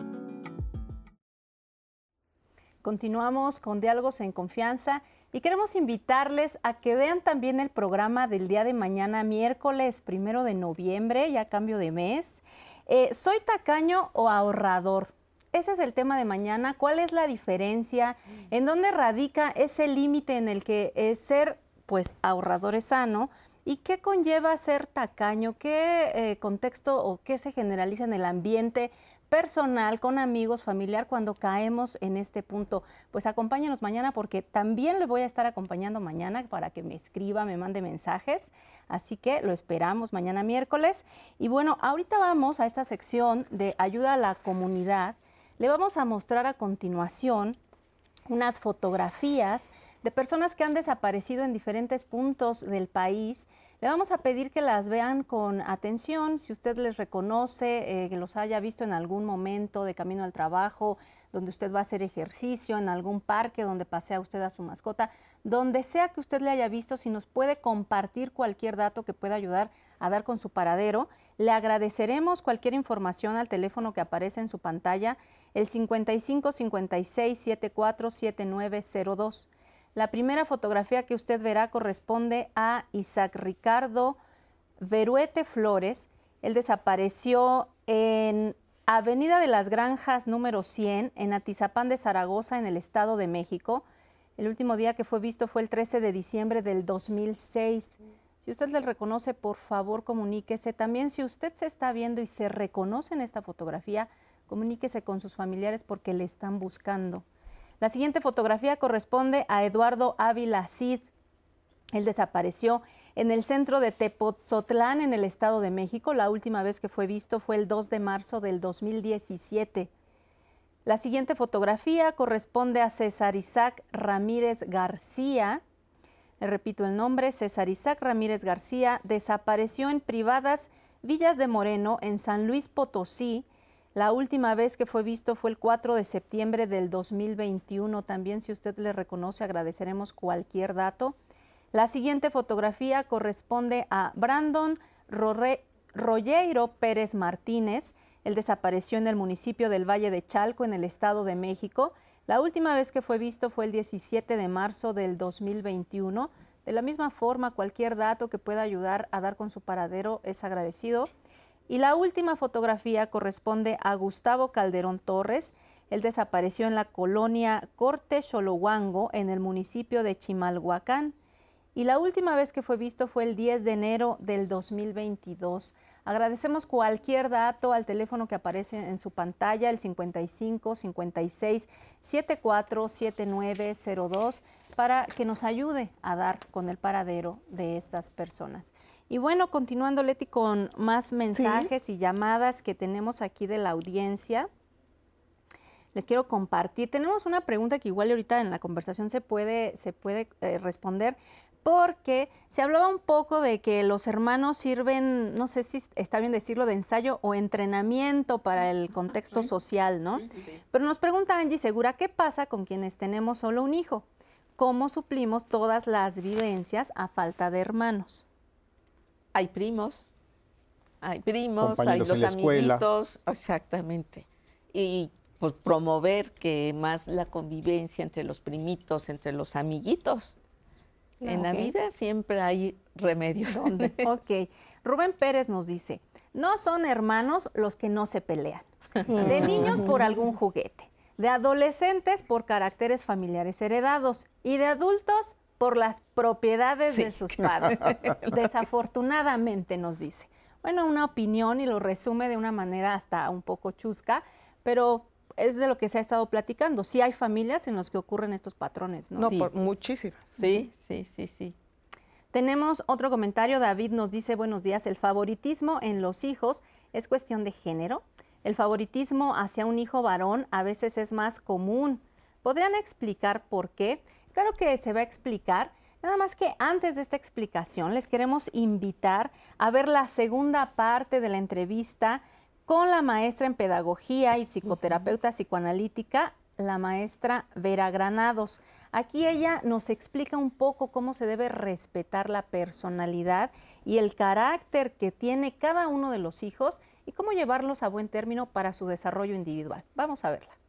Continuamos con Diálogos en Confianza y queremos invitarles a que vean también el programa del día de mañana, miércoles primero de noviembre, ya cambio de mes. Eh, ¿Soy tacaño o ahorrador? Ese es el tema de mañana. ¿Cuál es la diferencia? ¿En dónde radica ese límite en el que es ser, pues, ahorrador es sano? ¿Y qué conlleva ser tacaño? ¿Qué eh, contexto o qué se generaliza en el ambiente personal, con amigos, familiar, cuando caemos en este punto? Pues acompáñenos mañana porque también le voy a estar acompañando mañana para que me escriba, me mande mensajes. Así que lo esperamos mañana miércoles. Y bueno, ahorita vamos a esta sección de ayuda a la comunidad. Le vamos a mostrar a continuación unas fotografías de personas que han desaparecido en diferentes puntos del país. Le vamos a pedir que las vean con atención, si usted les reconoce, eh, que los haya visto en algún momento de camino al trabajo, donde usted va a hacer ejercicio, en algún parque donde pasea usted a su mascota, donde sea que usted le haya visto, si nos puede compartir cualquier dato que pueda ayudar a dar con su paradero. Le agradeceremos cualquier información al teléfono que aparece en su pantalla, el cincuenta y cinco, cincuenta y seis, setenta y cuatro, setenta y nueve cero dos. La primera fotografía que usted verá corresponde a Isaac Ricardo Veruete Flores. Él desapareció en Avenida de las Granjas número cien, en Atizapán de Zaragoza, en el Estado de México. El último día que fue visto fue el trece de diciembre del dos mil seis. Si usted le reconoce, por favor, comuníquese. También si usted se está viendo y se reconoce en esta fotografía, comuníquese con sus familiares porque le están buscando. La siguiente fotografía corresponde a Eduardo Ávila Cid. Él desapareció en el centro de Tepotzotlán, en el Estado de México. La última vez que fue visto fue el dos de marzo del dos mil diecisiete. La siguiente fotografía corresponde a César Isaac Ramírez García. Le repito el nombre, César Isaac Ramírez García, desapareció en Privadas Villas de Moreno, en San Luis Potosí. La última vez que fue visto fue el cuatro de septiembre del dos mil veintiuno. También, si usted le reconoce, agradeceremos cualquier dato. La siguiente fotografía corresponde a Brandon Rorre, Rogueiro Pérez Martínez. Él desapareció en el municipio del Valle de Chalco, en el Estado de México. La última vez que fue visto fue el diecisiete de marzo del dos mil veintiuno. De la misma forma, cualquier dato que pueda ayudar a dar con su paradero es agradecido. Y la última fotografía corresponde a Gustavo Calderón Torres. Él desapareció en la colonia Corte Xolohuango, en el municipio de Chimalhuacán. Y la última vez que fue visto fue el diez de enero del dos mil veintidós. Agradecemos cualquier dato al teléfono que aparece en su pantalla, el cincuenta y cinco, cincuenta y seis, setenta y cuatro, setenta y nueve cero dos, para que nos ayude a dar con el paradero de estas personas. Y bueno, continuando, Leti, con más mensajes ¿Sí? y llamadas que tenemos aquí de la audiencia, les quiero compartir. Tenemos una pregunta que igual ahorita en la conversación se puede, se puede eh, responder, porque se hablaba un poco de que los hermanos sirven, no sé si está bien decirlo, de ensayo o entrenamiento para el contexto social, ¿no? Pero nos pregunta Angie Segura, ¿qué pasa con quienes tenemos solo un hijo? ¿Cómo suplimos todas las vivencias a falta de hermanos? Hay primos, hay primos, hay Compañeros los en la escuela. amiguitos, exactamente. Y pues promover que más la convivencia entre los primitos, entre los amiguitos. Ah, En la ok. vida siempre hay remedios. ¿Dónde? Ok. Rubén Pérez nos dice, no son hermanos los que no se pelean. De niños por algún juguete, de adolescentes por caracteres familiares heredados y de adultos por las propiedades Sí. de sus padres. Desafortunadamente nos dice. Bueno, una opinión y lo resume de una manera hasta un poco chusca, pero es de lo que se ha estado platicando. Sí hay familias en las que ocurren estos patrones, ¿no? No, Sí. por muchísimas. Sí, sí, sí, sí. Tenemos otro comentario. David nos dice, buenos días, el favoritismo en los hijos es cuestión de género. El favoritismo hacia un hijo varón a veces es más común. ¿Podrían explicar por qué? Claro que se va a explicar. Nada más que antes de esta explicación les queremos invitar a ver la segunda parte de la entrevista con la maestra en pedagogía y psicoterapeuta psicoanalítica, la maestra Vera Granados. Aquí ella nos explica un poco cómo se debe respetar la personalidad y el carácter que tiene cada uno de los hijos y cómo llevarlos a buen término para su desarrollo individual. Vamos a verla.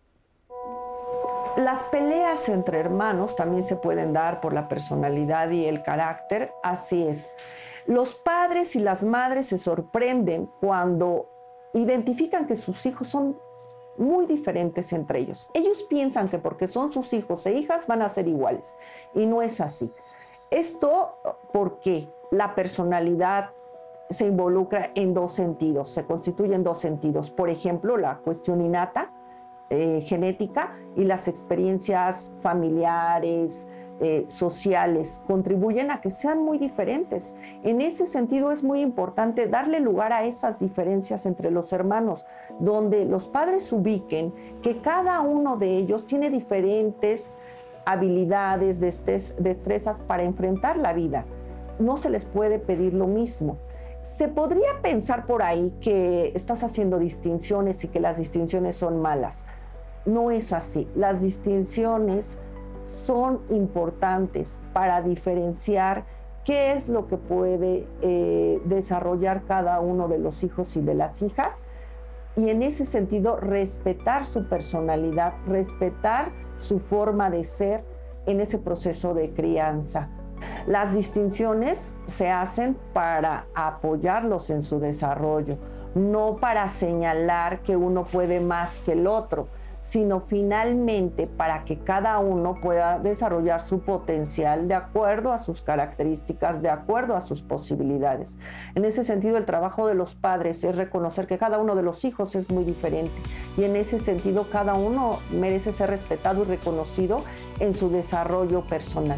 Las peleas entre hermanos también se pueden dar por la personalidad y el carácter, así es. Los padres y las madres se sorprenden cuando identifican que sus hijos son muy diferentes entre ellos. Ellos piensan que porque son sus hijos e hijas van a ser iguales y no es así. Esto porque la personalidad se involucra en dos sentidos, se constituye en dos sentidos. Por ejemplo, la cuestión innata, eh, genética, y las experiencias familiares, eh, sociales, contribuyen a que sean muy diferentes. En ese sentido es muy importante darle lugar a esas diferencias entre los hermanos, donde los padres ubiquen que cada uno de ellos tiene diferentes habilidades, destres- destrezas para enfrentar la vida. No se les puede pedir lo mismo. Se podría pensar por ahí que estás haciendo distinciones y que las distinciones son malas. No es así. Las distinciones son importantes para diferenciar qué es lo que puede eh, desarrollar cada uno de los hijos y de las hijas, y en ese sentido respetar su personalidad, respetar su forma de ser en ese proceso de crianza. Las distinciones se hacen para apoyarlos en su desarrollo, no para señalar que uno puede más que el otro, sino finalmente para que cada uno pueda desarrollar su potencial de acuerdo a sus características, de acuerdo a sus posibilidades. En ese sentido, el trabajo de los padres es reconocer que cada uno de los hijos es muy diferente y en ese sentido cada uno merece ser respetado y reconocido en su desarrollo personal.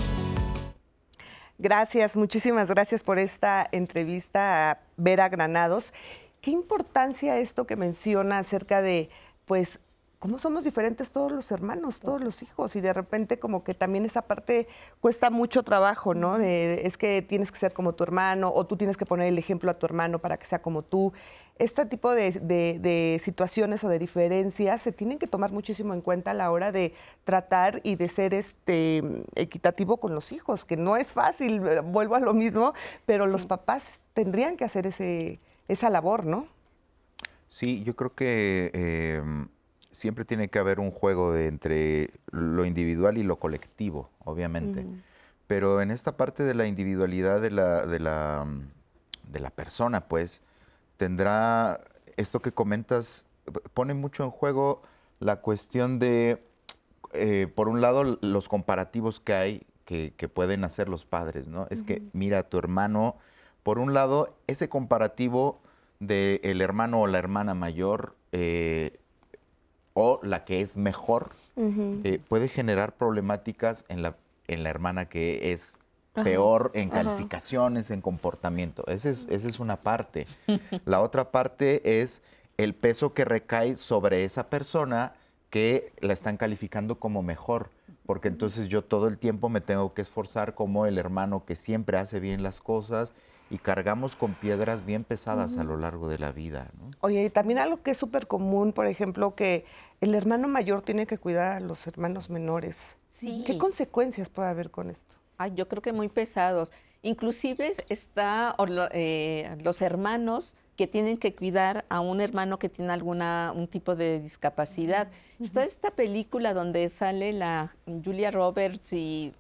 Gracias, muchísimas gracias por esta entrevista a Vera Granados. Qué importancia esto que menciona acerca de, pues, cómo somos diferentes todos los hermanos, todos los hijos, y de repente como que también esa parte cuesta mucho trabajo, ¿no? De, es que tienes que ser como tu hermano, o tú tienes que poner el ejemplo a tu hermano para que sea como tú. Este tipo de, de, de situaciones o de diferencias se tienen que tomar muchísimo en cuenta a la hora de tratar y de ser este equitativo con los hijos, que no es fácil, vuelvo a lo mismo, pero sí, los papás tendrían que hacer ese, esa labor, ¿no? Sí, yo creo que eh, siempre tiene que haber un juego de entre lo individual y lo colectivo, obviamente. Mm. Pero en esta parte de la individualidad de la, de la, de la persona, pues, tendrá, esto que comentas, pone mucho en juego la cuestión de, eh, por un lado, los comparativos que hay que, que pueden hacer los padres, ¿no? Es uh-huh. que, mira, a tu hermano, por un lado, ese comparativo del hermano o la hermana mayor, eh, o la que es mejor, uh-huh. eh, puede generar problemáticas en la, en la hermana que es peor en calificaciones, ajá, en comportamiento. Esa es, esa es una parte. La otra parte es el peso que recae sobre esa persona que la están calificando como mejor, porque entonces yo todo el tiempo me tengo que esforzar como el hermano que siempre hace bien las cosas, y cargamos con piedras bien pesadas uh-huh. a lo largo de la vida, ¿no? Oye, y también algo que es súper común, por ejemplo, que el hermano mayor tiene que cuidar a los hermanos menores. Sí. ¿Qué consecuencias puede haber con esto? Ay, yo creo que muy pesados. Inclusive está o lo- eh, los hermanos que tienen que cuidar a un hermano que tiene alguna un tipo de discapacidad. Uh-huh. Está esta película donde sale la Julia Roberts y,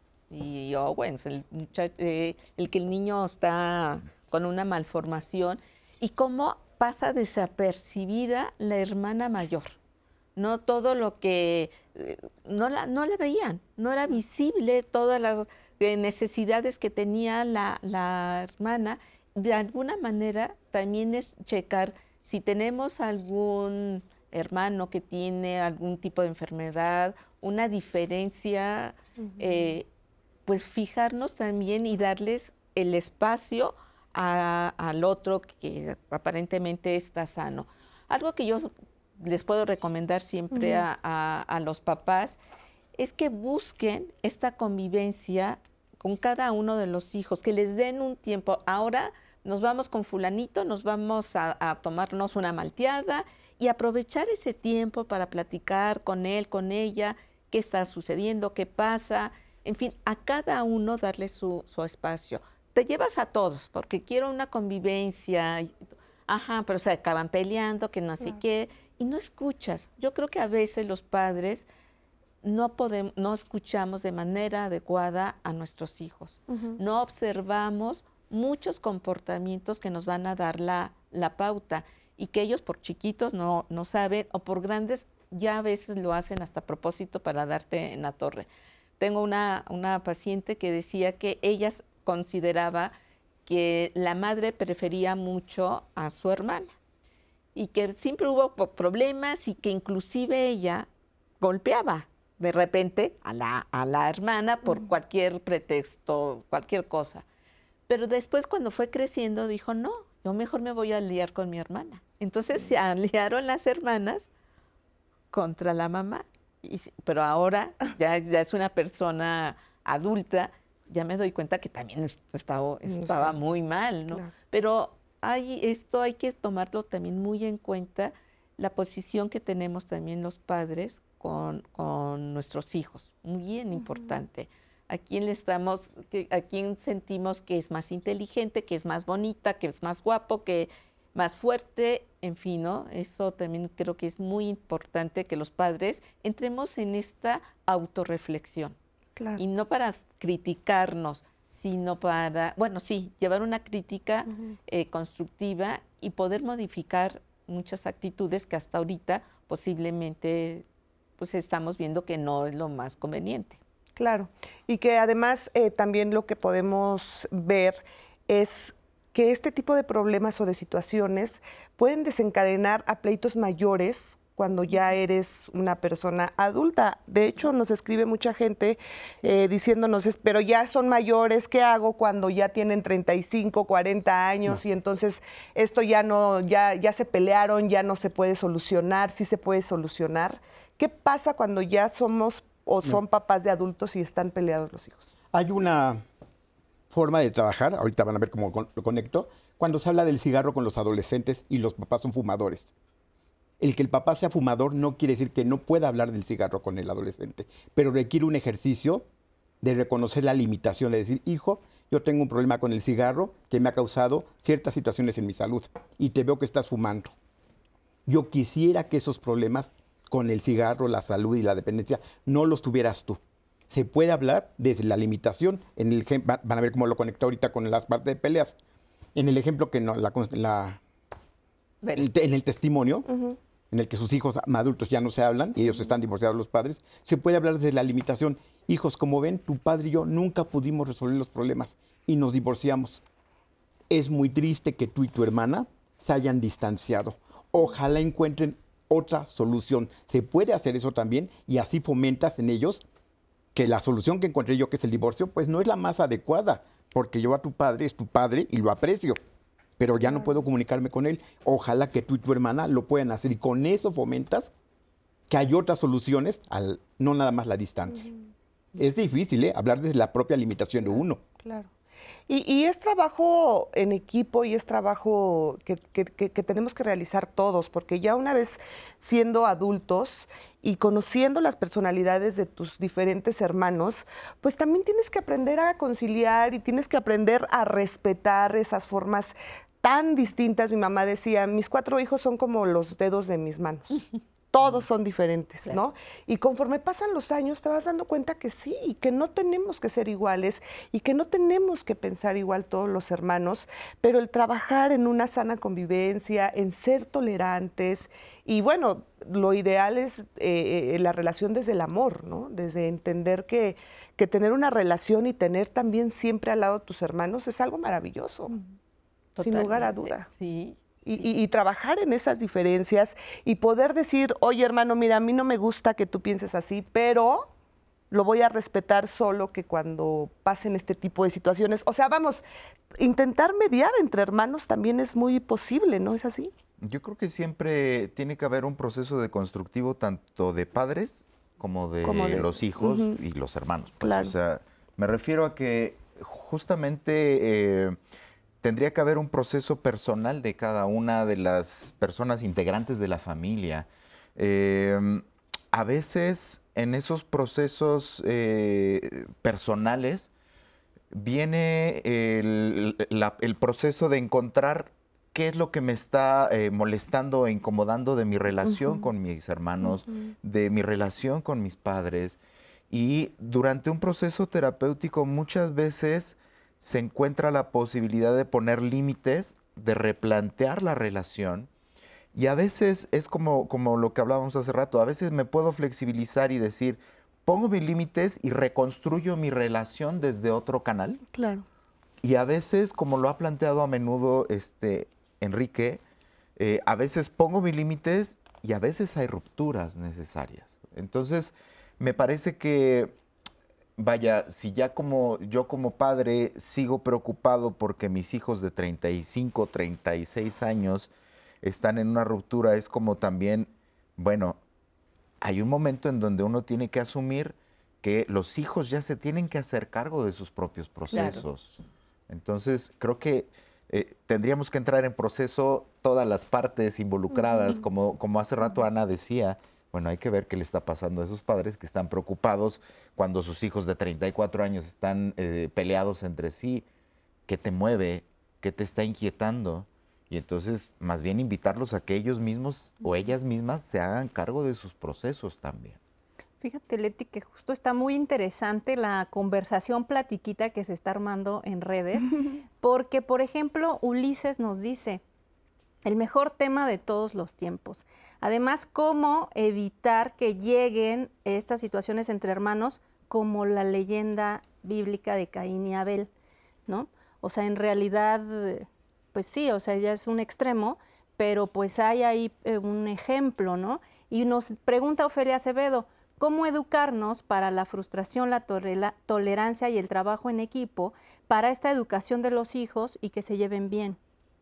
y Owens, el, muchacho, eh, el que el niño está con una malformación, y cómo pasa desapercibida la hermana mayor. No todo lo que eh, no la no le veían, no era visible todas las eh, necesidades que tenía la, la hermana. De alguna manera también es checar si tenemos algún hermano que tiene algún tipo de enfermedad, una diferencia, uh-huh. eh, pues fijarnos también y darles el espacio a, al otro que aparentemente está sano. Algo que yo les puedo recomendar siempre uh-huh. a, a, a los papás es que busquen esta convivencia con cada uno de los hijos, que les den un tiempo. Ahora nos vamos con fulanito, nos vamos a, a tomarnos una malteada y aprovechar ese tiempo para platicar con él, con ella, qué está sucediendo, qué pasa, en fin, a cada uno darle su, su espacio. Te llevas a todos, porque quiero una convivencia, ajá, pero se acaban peleando, que no sé claro. qué, y no escuchas. Yo creo que a veces los padres no podemos, no escuchamos de manera adecuada a nuestros hijos. Uh-huh. No observamos muchos comportamientos que nos van a dar la, la pauta y que ellos por chiquitos no, no saben, o por grandes ya a veces lo hacen hasta a propósito para darte en la torre. Tengo una, una paciente que decía que ella consideraba que la madre prefería mucho a su hermana y que siempre hubo problemas y que inclusive ella golpeaba de repente a la, a la hermana por uh-huh. cualquier pretexto, cualquier cosa. Pero después cuando fue creciendo dijo, no, yo mejor me voy a aliar con mi hermana. Entonces se aliaron las hermanas contra la mamá. Y, pero ahora ya, ya es una persona adulta, ya me doy cuenta que también estaba, estaba muy mal, ¿no? Claro. Pero hay, esto hay que tomarlo también muy en cuenta, la posición que tenemos también los padres con, con nuestros hijos, muy bien uh-huh. importante. ¿A quién le estamos, que, a quién sentimos que es más inteligente, que es más bonita, que es más guapo, que más fuerte, en fin, ¿no? Eso también creo que es muy importante que los padres entremos en esta autorreflexión. Claro. Y no para criticarnos, sino para, bueno, sí, llevar una crítica uh-huh. eh, constructiva y poder modificar muchas actitudes que hasta ahorita posiblemente pues estamos viendo que no es lo más conveniente. Claro, y que además eh, también lo que podemos ver es que este tipo de problemas o de situaciones pueden desencadenar a pleitos mayores cuando ya eres una persona adulta. De hecho, nos escribe mucha gente eh, diciéndonos, pero ya son mayores, ¿qué hago cuando ya tienen treinta y cinco, cuarenta años? No. Y entonces esto ya no, ya, ya se pelearon, ya no se puede solucionar, sí se puede solucionar. ¿Qué pasa cuando ya somos o son no. papás de adultos y están peleados los hijos? Hay una forma de trabajar, ahorita van a ver cómo lo conecto, cuando se habla del cigarro con los adolescentes y los papás son fumadores. El que el papá sea fumador no quiere decir que no pueda hablar del cigarro con el adolescente, pero requiere un ejercicio de reconocer la limitación, de decir, hijo, yo tengo un problema con el cigarro que me ha causado ciertas situaciones en mi salud y te veo que estás fumando. Yo quisiera que esos problemas con el cigarro, la salud y la dependencia no los tuvieras tú. Se puede hablar desde la limitación, en el van a ver cómo lo conecto ahorita con la parte de peleas. En el ejemplo que no, la, la, en el testimonio, uh-huh. en el que sus hijos adultos ya no se hablan y ellos están divorciados los padres, se puede hablar desde la limitación. Hijos, como ven, tu padre y yo nunca pudimos resolver los problemas y nos divorciamos. Es muy triste que tú y tu hermana se hayan distanciado. Ojalá encuentren otra solución. Se puede hacer eso también y así fomentas en ellos que la solución que encontré yo, que es el divorcio, pues no es la más adecuada, porque yo a tu padre es tu padre y lo aprecio, pero ya no puedo comunicarme con él. Ojalá que tú y tu hermana lo puedan hacer y con eso fomentas que hay otras soluciones, al, no nada más la distancia. Uh-huh. Es difícil, ¿eh? Hablar desde la propia limitación de uno. Claro. Y, y es trabajo en equipo y es trabajo que, que, que, que tenemos que realizar todos, porque ya una vez siendo adultos y conociendo las personalidades de tus diferentes hermanos, pues también tienes que aprender a conciliar y tienes que aprender a respetar esas formas tan distintas. Mi mamá decía, mis cuatro hijos son como los dedos de mis manos. Todos son diferentes, claro, ¿no? Y conforme pasan los años te vas dando cuenta que sí, y que no tenemos que ser iguales y que no tenemos que pensar igual todos los hermanos, pero el trabajar en una sana convivencia, en ser tolerantes y bueno, lo ideal es eh, la relación desde el amor, ¿no? Desde entender que, que tener una relación y tener también siempre al lado tus hermanos es algo maravilloso, totalmente, sin lugar a duda. Sí. Y, y, y trabajar en esas diferencias y poder decir, oye hermano, mira, a mí no me gusta que tú pienses así, pero lo voy a respetar solo que cuando pasen este tipo de situaciones. O sea, vamos, intentar mediar entre hermanos también es muy posible, ¿no es así? Yo creo que siempre tiene que haber un proceso de constructivo tanto de padres como de, como de los hijos uh-huh. y los hermanos. Pues. Claro. O sea, me refiero a que justamente... Eh, tendría que haber un proceso personal de cada una de las personas integrantes de la familia. Eh, a veces en esos procesos eh, personales viene el, la, el proceso de encontrar qué es lo que me está eh, molestando e incomodando de mi relación uh-huh. con mis hermanos, uh-huh. de mi relación con mis padres. Y durante un proceso terapéutico muchas veces se encuentra la posibilidad de poner límites, de replantear la relación. Y a veces es como, como lo que hablábamos hace rato, a veces me puedo flexibilizar y decir, pongo mis límites y reconstruyo mi relación desde otro canal. Claro. Y a veces, como lo ha planteado a menudo este, Enrique, eh, a veces pongo mis límites y a veces hay rupturas necesarias. Entonces, me parece que... Vaya, si ya como yo como padre sigo preocupado porque mis hijos de treinta y cinco, treinta y seis años están en una ruptura, es como también, bueno, hay un momento en donde uno tiene que asumir que los hijos ya se tienen que hacer cargo de sus propios procesos. Claro. Entonces, creo que eh, tendríamos que entrar en proceso todas las partes involucradas, uh-huh. como, como hace rato Ana decía. Bueno, hay que ver qué le está pasando a esos padres que están preocupados cuando sus hijos de treinta y cuatro años están eh, peleados entre sí. ¿Qué te mueve? ¿Qué te está inquietando? Y entonces, más bien invitarlos a que ellos mismos o ellas mismas se hagan cargo de sus procesos también. Fíjate, Leti, que justo está muy interesante la conversación platiquita que se está armando en redes, porque, por ejemplo, Ulises nos dice, el mejor tema de todos los tiempos. Además, cómo evitar que lleguen estas situaciones entre hermanos como la leyenda bíblica de Caín y Abel, ¿no? O sea, en realidad, pues sí, o sea, ya es un extremo, pero pues hay ahí eh, un ejemplo, ¿no? Y nos pregunta Ofelia Acevedo, ¿cómo educarnos para la frustración, la tolera- tolerancia y el trabajo en equipo para esta educación de los hijos y que se lleven bien?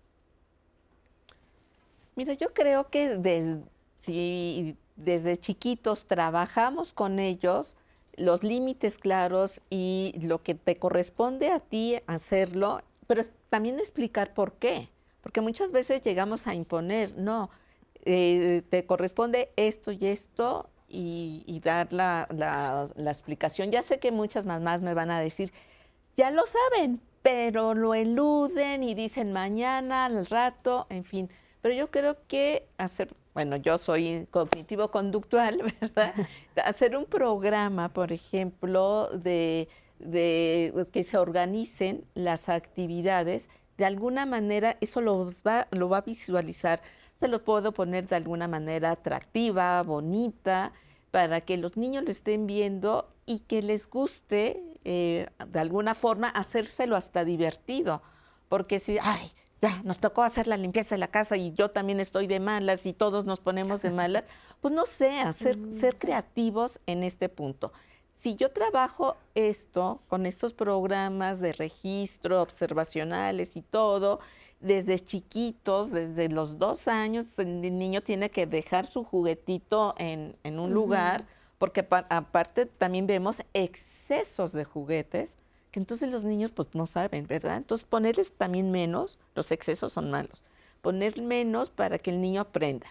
Mira, yo creo que desde, si desde chiquitos trabajamos con ellos, los límites claros y lo que te corresponde a ti hacerlo, pero es, también explicar por qué. Porque muchas veces llegamos a imponer, no, eh, te corresponde esto y esto y, y dar la, la, la explicación. Ya sé que muchas mamás me van a decir, ya lo saben, pero lo eluden y dicen mañana, al rato, en fin. Pero yo creo que hacer, bueno, yo soy cognitivo-conductual, ¿verdad? Hacer un programa, por ejemplo, de, de que se organicen las actividades, de alguna manera eso lo va, lo va a visualizar. Se lo puedo poner de alguna manera atractiva, bonita, para que los niños lo estén viendo y que les guste, eh, de alguna forma, hacérselo hasta divertido. Porque si, ay, ya, nos tocó hacer la limpieza de la casa y yo también estoy de malas y todos nos ponemos de malas, pues no sé, hacer, ser creativos en este punto. Si yo trabajo esto con estos programas de registro, observacionales y todo, desde chiquitos, desde los dos años, el niño tiene que dejar su juguetito en, en un uh-huh. lugar, porque pa- aparte también vemos excesos de juguetes, que entonces los niños pues no saben, ¿verdad? Entonces ponerles también menos, los excesos son malos, poner menos para que el niño aprenda.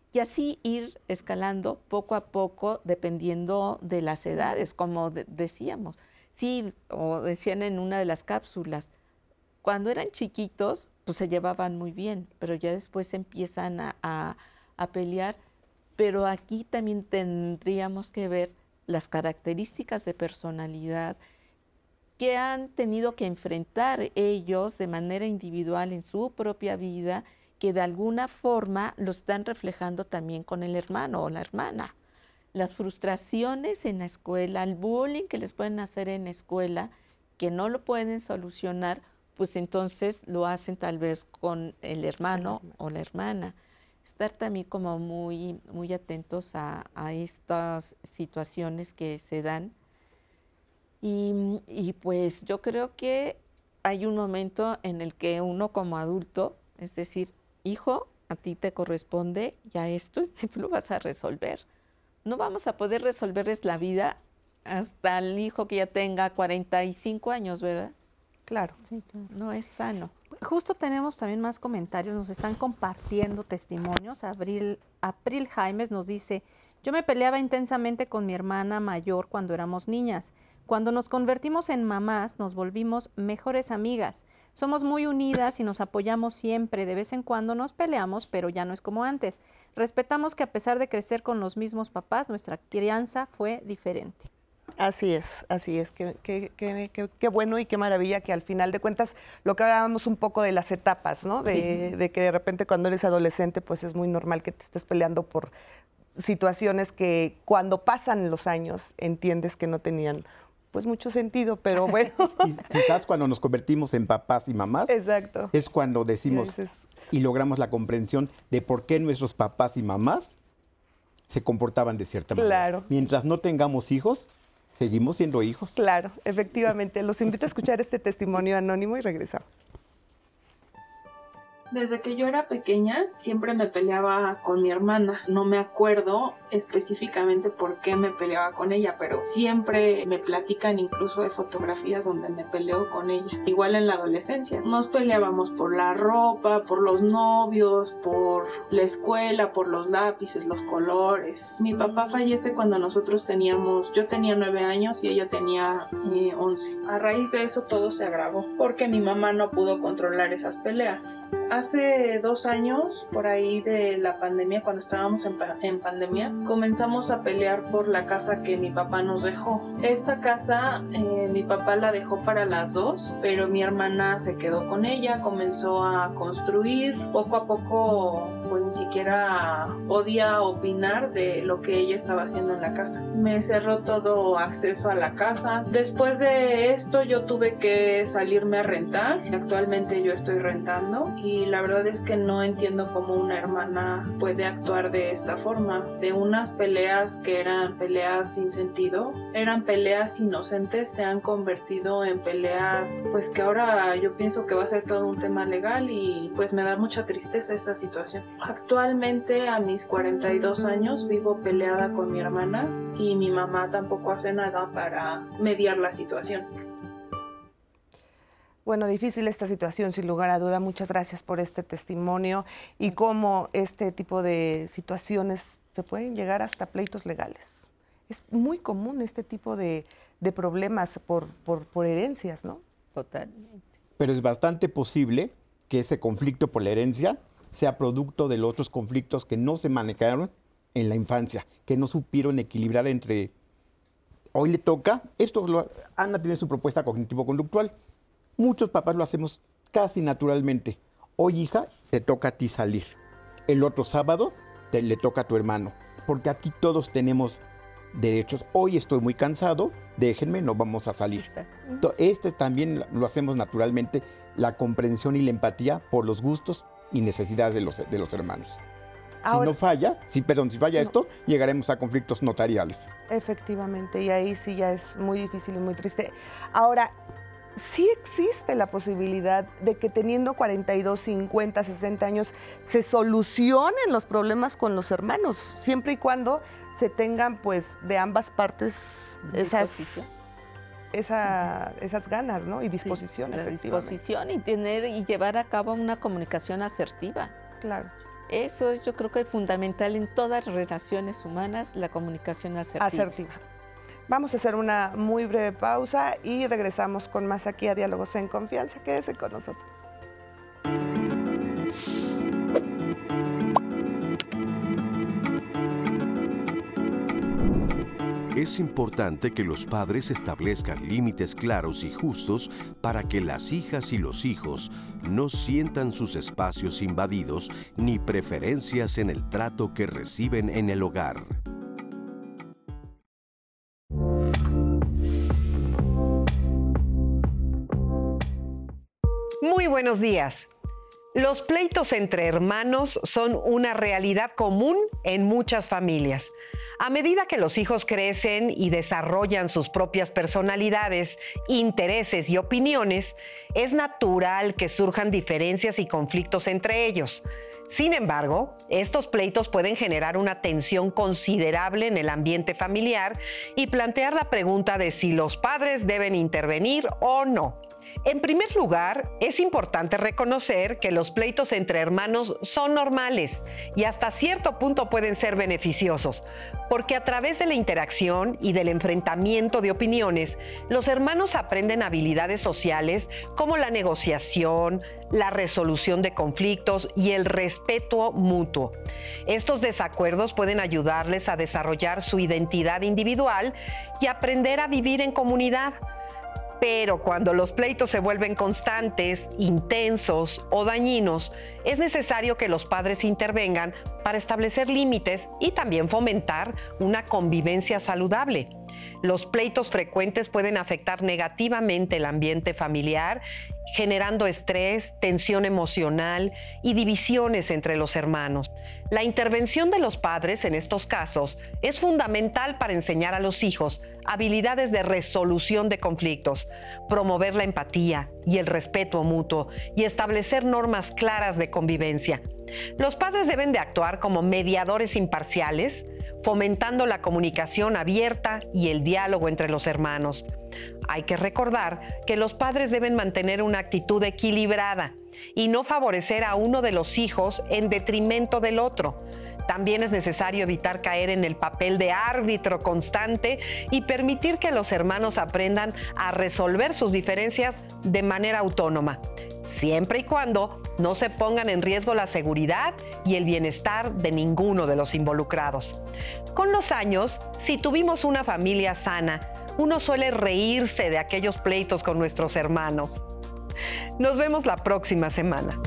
y así ir escalando poco a poco dependiendo de las edades, como de- decíamos. Sí, o decían en una de las cápsulas, cuando eran chiquitos, pues se llevaban muy bien, pero ya después empiezan a, a, a pelear. Pero aquí también tendríamos que ver las características de personalidad que han tenido que enfrentar ellos de manera individual en su propia vida, que de alguna forma lo están reflejando también con el hermano o la hermana. Las frustraciones en la escuela, el bullying que les pueden hacer en la escuela, que no lo pueden solucionar, pues entonces lo hacen tal vez con el hermano o la hermana. Estar también como muy, muy atentos a, a estas situaciones que se dan. Y, y pues yo creo que hay un momento en el que uno como adulto, es decir, hijo, a ti te corresponde ya esto y tú lo vas a resolver. No vamos a poder resolverles la vida hasta el hijo que ya tenga cuarenta y cinco años, ¿verdad? Claro. Sí, claro. No es sano. Justo tenemos también más comentarios, nos están compartiendo testimonios. Abril, April Jaimes nos dice, yo me peleaba intensamente con mi hermana mayor cuando éramos niñas. Cuando nos convertimos en mamás, nos volvimos mejores amigas. Somos muy unidas y nos apoyamos siempre. De vez en cuando nos peleamos, pero ya no es como antes. Respetamos que a pesar de crecer con los mismos papás, nuestra crianza fue diferente. Así es, así es. Qué, qué, qué, qué, qué bueno y qué maravilla que al final de cuentas lo que hablábamos un poco de las etapas, ¿no? De, sí. de que de repente cuando eres adolescente pues es muy normal que te estés peleando por situaciones que cuando pasan los años entiendes que no tenían pues mucho sentido, pero bueno. Quizás cuando nos convertimos en papás y mamás, exacto, es cuando decimos y, dices, y logramos la comprensión de por qué nuestros papás y mamás se comportaban de cierta manera. Claro. Mientras no tengamos hijos, seguimos siendo hijos. Claro, efectivamente. Los invito a escuchar este testimonio anónimo y regresamos. Desde que yo era pequeña, siempre me peleaba con mi hermana. No me acuerdo específicamente por qué me peleaba con ella, pero siempre me platican incluso de fotografías donde me peleo con ella. Igual en la adolescencia. Nos peleábamos por la ropa, por los novios, por la escuela, por los lápices, los colores. Mi papá fallece cuando nosotros teníamos, yo tenía nueve años y ella tenía eh, once. A raíz de eso todo se agravó, porque mi mamá no pudo controlar esas peleas. Hace dos años, por ahí de la pandemia, cuando estábamos en, pa en pandemia, comenzamos a pelear por la casa que mi papá nos dejó. Esta casa eh, mi papá la dejó para las dos, pero mi hermana se quedó con ella, comenzó a construir. Poco a poco, pues ni siquiera podía opinar de lo que ella estaba haciendo en la casa. Me cerró todo acceso a la casa. Después de esto yo tuve que salirme a rentar. Actualmente yo estoy rentando y la verdad es que no entiendo cómo una hermana puede actuar de esta forma. De unas peleas que eran peleas sin sentido, eran peleas inocentes, se han convertido en peleas pues que ahora yo pienso que va a ser todo un tema legal y pues me da mucha tristeza esta situación. Actualmente a mis cuarenta y dos años vivo peleada con mi hermana y mi mamá tampoco hace nada para mediar la situación. Bueno, difícil esta situación, sin lugar a duda. Muchas gracias por este testimonio y cómo este tipo de situaciones se pueden llegar hasta pleitos legales. Es muy común este tipo de, de problemas por, por, por herencias, ¿no? Totalmente. Pero es bastante posible que ese conflicto por la herencia sea producto de los otros conflictos que no se manejaron en la infancia, que no supieron equilibrar entre, hoy le toca, esto lo, Ana tiene su propuesta cognitivo-conductual. Muchos papás lo hacemos casi naturalmente. Hoy, hija, te toca a ti salir. El otro sábado te, le toca a tu hermano. Porque aquí todos tenemos derechos. Hoy estoy muy cansado, déjenme, no vamos a salir. Exacto. Este también lo hacemos naturalmente, la comprensión y la empatía por los gustos y necesidades de los, de los hermanos. Ahora, si no falla, si, perdón, si falla no. esto, llegaremos a conflictos notariales. Efectivamente, y ahí sí ya es muy difícil y muy triste. Ahora, sí existe la posibilidad de que teniendo cuarenta y dos, cincuenta, sesenta años se solucionen los problemas con los hermanos, siempre y cuando se tengan pues de ambas partes esas, esa, esas ganas, ¿no? Y disposición, sí, la efectivamente. disposición y tener y llevar a cabo una comunicación asertiva. Claro. Eso es, yo creo que es fundamental en todas las relaciones humanas, la comunicación asertiva. Asertiva. Vamos a hacer una muy breve pausa y regresamos con más aquí a Diálogos en Confianza. Quédese con nosotros. Es importante que los padres establezcan límites claros y justos para que las hijas y los hijos no sientan sus espacios invadidos ni preferencias en el trato que reciben en el hogar. Muy buenos días. Los pleitos entre hermanos son una realidad común en muchas familias. A medida que los hijos crecen y desarrollan sus propias personalidades, intereses y opiniones, es natural que surjan diferencias y conflictos entre ellos. Sin embargo, estos pleitos pueden generar una tensión considerable en el ambiente familiar y plantear la pregunta de si los padres deben intervenir o no. En primer lugar, es importante reconocer que los pleitos entre hermanos son normales y hasta cierto punto pueden ser beneficiosos, porque a través de la interacción y del enfrentamiento de opiniones, los hermanos aprenden habilidades sociales como la negociación, la resolución de conflictos y el respeto mutuo. Estos desacuerdos pueden ayudarles a desarrollar su identidad individual y aprender a vivir en comunidad. Pero cuando los pleitos se vuelven constantes, intensos o dañinos, es necesario que los padres intervengan para establecer límites y también fomentar una convivencia saludable. Los pleitos frecuentes pueden afectar negativamente el ambiente familiar, generando estrés, tensión emocional y divisiones entre los hermanos. La intervención de los padres en estos casos es fundamental para enseñar a los hijos habilidades de resolución de conflictos, promover la empatía y el respeto mutuo y establecer normas claras de convivencia. Los padres deben de actuar como mediadores imparciales, fomentando la comunicación abierta y el diálogo entre los hermanos. Hay que recordar que los padres deben mantener una actitud equilibrada y no favorecer a uno de los hijos en detrimento del otro. También es necesario evitar caer en el papel de árbitro constante y permitir que los hermanos aprendan a resolver sus diferencias de manera autónoma, siempre y cuando no se pongan en riesgo la seguridad y el bienestar de ninguno de los involucrados. Con los años, si tuvimos una familia sana, uno suele reírse de aquellos pleitos con nuestros hermanos. Nos vemos la próxima semana.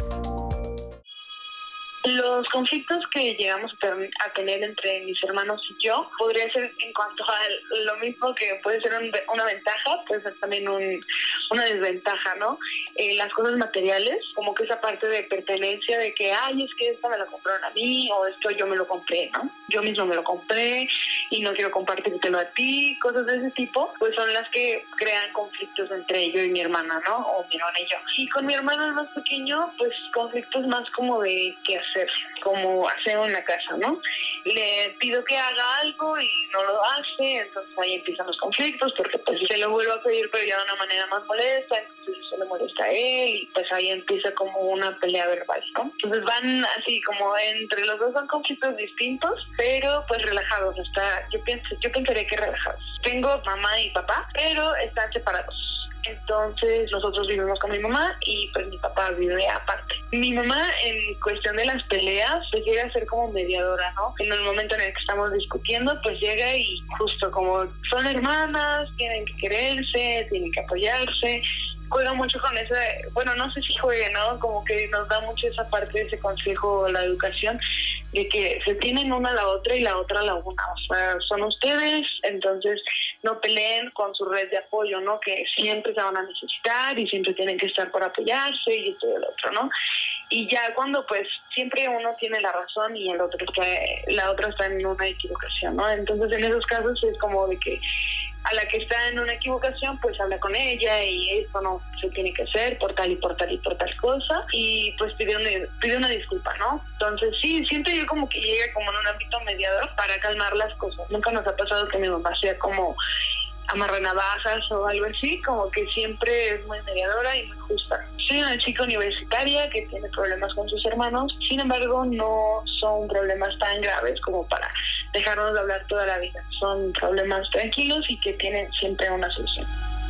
Los conflictos que llegamos a tener entre mis hermanos y yo podría ser en cuanto a lo mismo que puede ser un, una ventaja, puede ser también un, una desventaja, ¿no? Eh, las cosas materiales, como que esa parte de pertenencia de que, ay, es que esta me la compraron a mí o esto yo me lo compré, ¿no? Yo mismo me lo compré y no quiero compartírtelo a ti, cosas de ese tipo, pues son las que crean conflictos entre yo y mi hermana, ¿no? O mi hermana y yo. Y con mi hermano el más pequeño, pues conflictos más como de qué hacer, como hacer en la casa, ¿no? Le pido que haga algo y no lo hace, entonces ahí empiezan los conflictos, porque pues se lo vuelvo a pedir pero ya de una manera más molesta, entonces eso le molesta a él y pues ahí empieza como una pelea verbal, ¿no? Entonces van así como entre los dos son conflictos distintos, pero pues relajados, está, yo pienso, yo pensaría que relajados. Tengo mamá y papá, pero están separados. Entonces nosotros vivimos con mi mamá y pues mi papá vive aparte. Mi mamá en cuestión de las peleas pues llega a ser como mediadora, ¿no? En el momento en el que estamos discutiendo pues llega y justo como son hermanas, tienen que quererse, tienen que apoyarse, juega mucho con ese, bueno no sé si juegue, ¿no? Como que nos da mucho esa parte de ese consejo, la educación, de que se tienen una a la otra y la otra a la una, o sea, son ustedes, entonces no peleen con su red de apoyo, ¿no? Que siempre se van a necesitar y siempre tienen que estar por apoyarse y esto y el otro, ¿no? Y ya cuando pues siempre uno tiene la razón y el otro está, la otra está en una equivocación, ¿no? Entonces en esos casos es como de que a la que está en una equivocación pues habla con ella y esto no se tiene que hacer por tal y por tal y por tal cosa y pues pide una, pide una disculpa, ¿no? Entonces sí, siento yo como que llega como en un ámbito mediador para calmar las cosas. Nunca nos ha pasado que mi mamá sea como amarranavajas o algo así, como que siempre es muy mediadora y muy justa. Soy una chica universitaria que tiene problemas con sus hermanos, sin embargo no son problemas tan graves como para dejarnos de hablar toda la vida. Son problemas tranquilos y que tienen siempre una solución.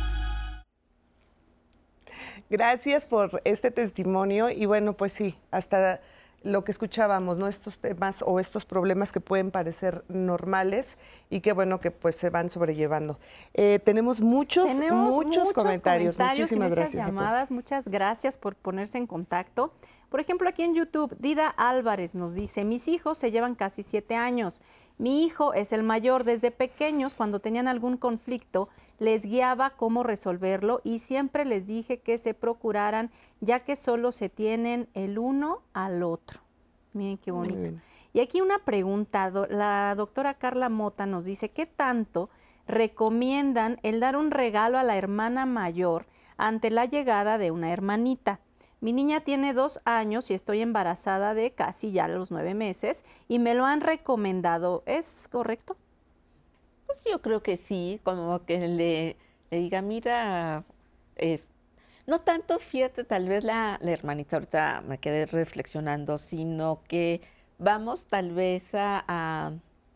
Gracias por este testimonio y bueno, pues sí, hasta lo que escuchábamos, ¿no? Estos temas o estos problemas que pueden parecer normales y que bueno que pues se van sobrellevando. Eh, tenemos muchos, tenemos muchos, muchos comentarios. comentarios Muchísimas y muchas gracias. llamadas. Muchas gracias por ponerse en contacto. Por ejemplo, aquí en YouTube, Dida Álvarez nos dice, mis hijos se llevan casi siete años. Mi hijo es el mayor. Desde pequeños, cuando tenían algún conflicto, les guiaba cómo resolverlo y siempre les dije que se procuraran, ya que solo se tienen el uno al otro. Miren qué bonito. Y aquí una pregunta, do, la doctora Carla Mota nos dice, ¿qué tanto recomiendan el dar un regalo a la hermana mayor ante la llegada de una hermanita? Mi niña tiene dos años y estoy embarazada de casi ya los nueve meses y me lo han recomendado. ¿Es correcto? Pues yo creo que sí, como que le, le diga, mira, es, no tanto, fíjate, tal vez la, la hermanita, ahorita me quedé reflexionando, sino que vamos tal vez a, a,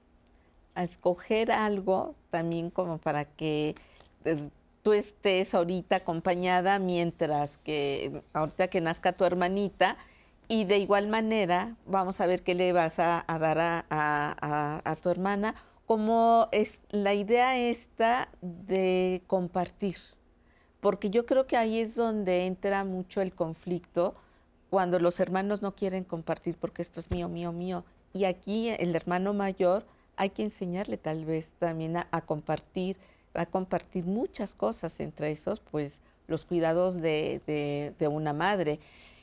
a escoger algo también como para que eh, tú estés ahorita acompañada mientras que, ahorita que nazca tu hermanita, y de igual manera vamos a ver qué le vas a, a dar a, a, a, a tu hermana, como es la idea esta de compartir. Porque yo creo que ahí es donde entra mucho el conflicto, cuando los hermanos no quieren compartir porque esto es mío, mío, mío. Y aquí el hermano mayor hay que enseñarle tal vez también a, a compartir, a compartir muchas cosas, entre esos, pues, los cuidados de, de, de una madre.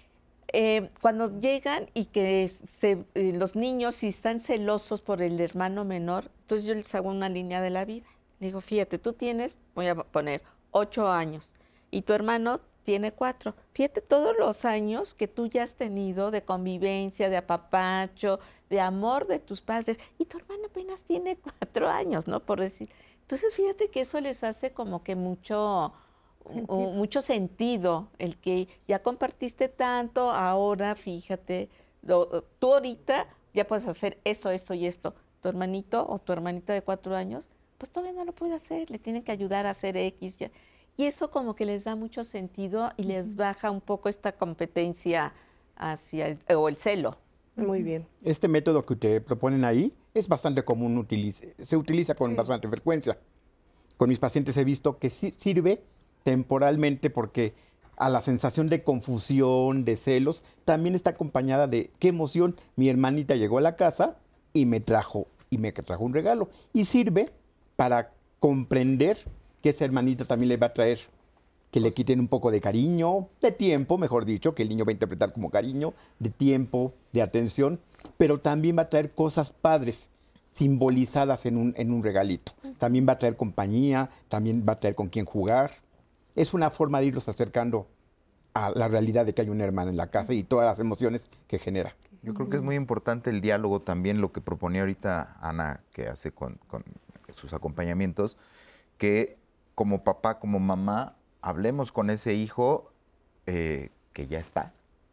Eh, cuando llegan y que se, eh, los niños, si están celosos por el hermano menor, entonces yo les hago una línea de la vida. Digo, fíjate, tú tienes, voy a poner, ocho años y tu hermano tiene cuatro. Fíjate todos los años que tú ya has tenido de convivencia, de apapacho, de amor de tus padres, y tu hermano apenas tiene cuatro años, ¿no? Por decir. Entonces, fíjate que eso les hace como que mucho sentido, uh, mucho sentido, el que ya compartiste tanto, ahora fíjate, lo, tú ahorita ya puedes hacer esto, esto y esto. Tu hermanito o tu hermanita de cuatro años, pues todavía no lo puede hacer, le tienen que ayudar a hacer X. Ya. Y eso como que les da mucho sentido y les baja un poco esta competencia hacia el, o el celo. Muy bien. Este método que te proponen ahí es bastante común, utilice, se utiliza con sí. bastante frecuencia. Con mis pacientes he visto que sí sirve temporalmente porque a la sensación de confusión, de celos, también está acompañada de qué emoción. Mi hermanita llegó a la casa y me trajo, y me trajo un regalo. Y sirve para comprender que esa hermanita también le va a traer, que le quiten un poco de cariño, de tiempo, mejor dicho, que el niño va a interpretar como cariño, de tiempo, de atención, pero también va a traer cosas padres, simbolizadas en un, en un regalito. También va a traer compañía, también va a traer con quién jugar. Es una forma de irlos acercando a la realidad de que hay una hermana en la casa y todas las emociones que genera. Yo creo que es muy importante el diálogo también, lo que proponía ahorita Ana, que hace con, con sus acompañamientos, que como papá, como mamá, hablemos con ese hijo eh, que ya está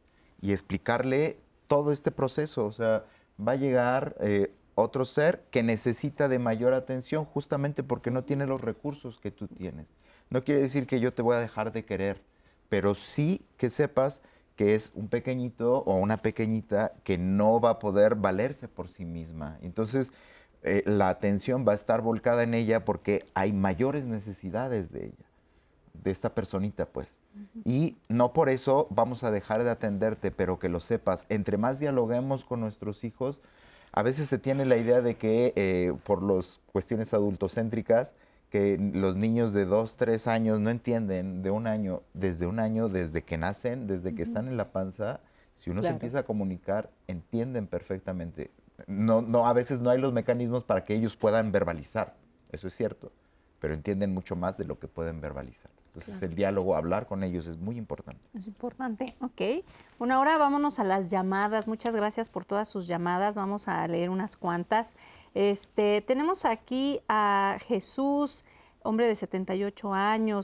y explicarle todo este proceso. O sea, va a llegar eh, otro ser que necesita de mayor atención justamente porque no tiene los recursos que tú tienes. No quiere decir que yo te voy a dejar de querer, pero sí que sepas que es un pequeñito o una pequeñita que no va a poder valerse por sí misma. Entonces, eh, la atención va a estar volcada en ella porque hay mayores necesidades de ella, de esta personita, pues. Uh-huh. Y no por eso vamos a dejar de atenderte, pero que lo sepas. Entre más dialoguemos con nuestros hijos, a veces se tiene la idea de que eh, por las cuestiones adultocéntricas, que los niños de dos, tres años no entienden de un año, desde un año, desde que nacen, desde que uh-huh. están en la panza, si uno claro. se empieza a comunicar, entienden perfectamente. No, no, a veces no hay los mecanismos para que ellos puedan verbalizar, eso es cierto, pero entienden mucho más de lo que pueden verbalizar. Entonces claro. el diálogo, hablar con ellos es muy importante. Es importante, ok. Bueno, ahora vámonos a las llamadas. Muchas gracias por todas sus llamadas. Vamos a leer unas cuantas. Este, tenemos aquí a Jesús, hombre de setenta y ocho años,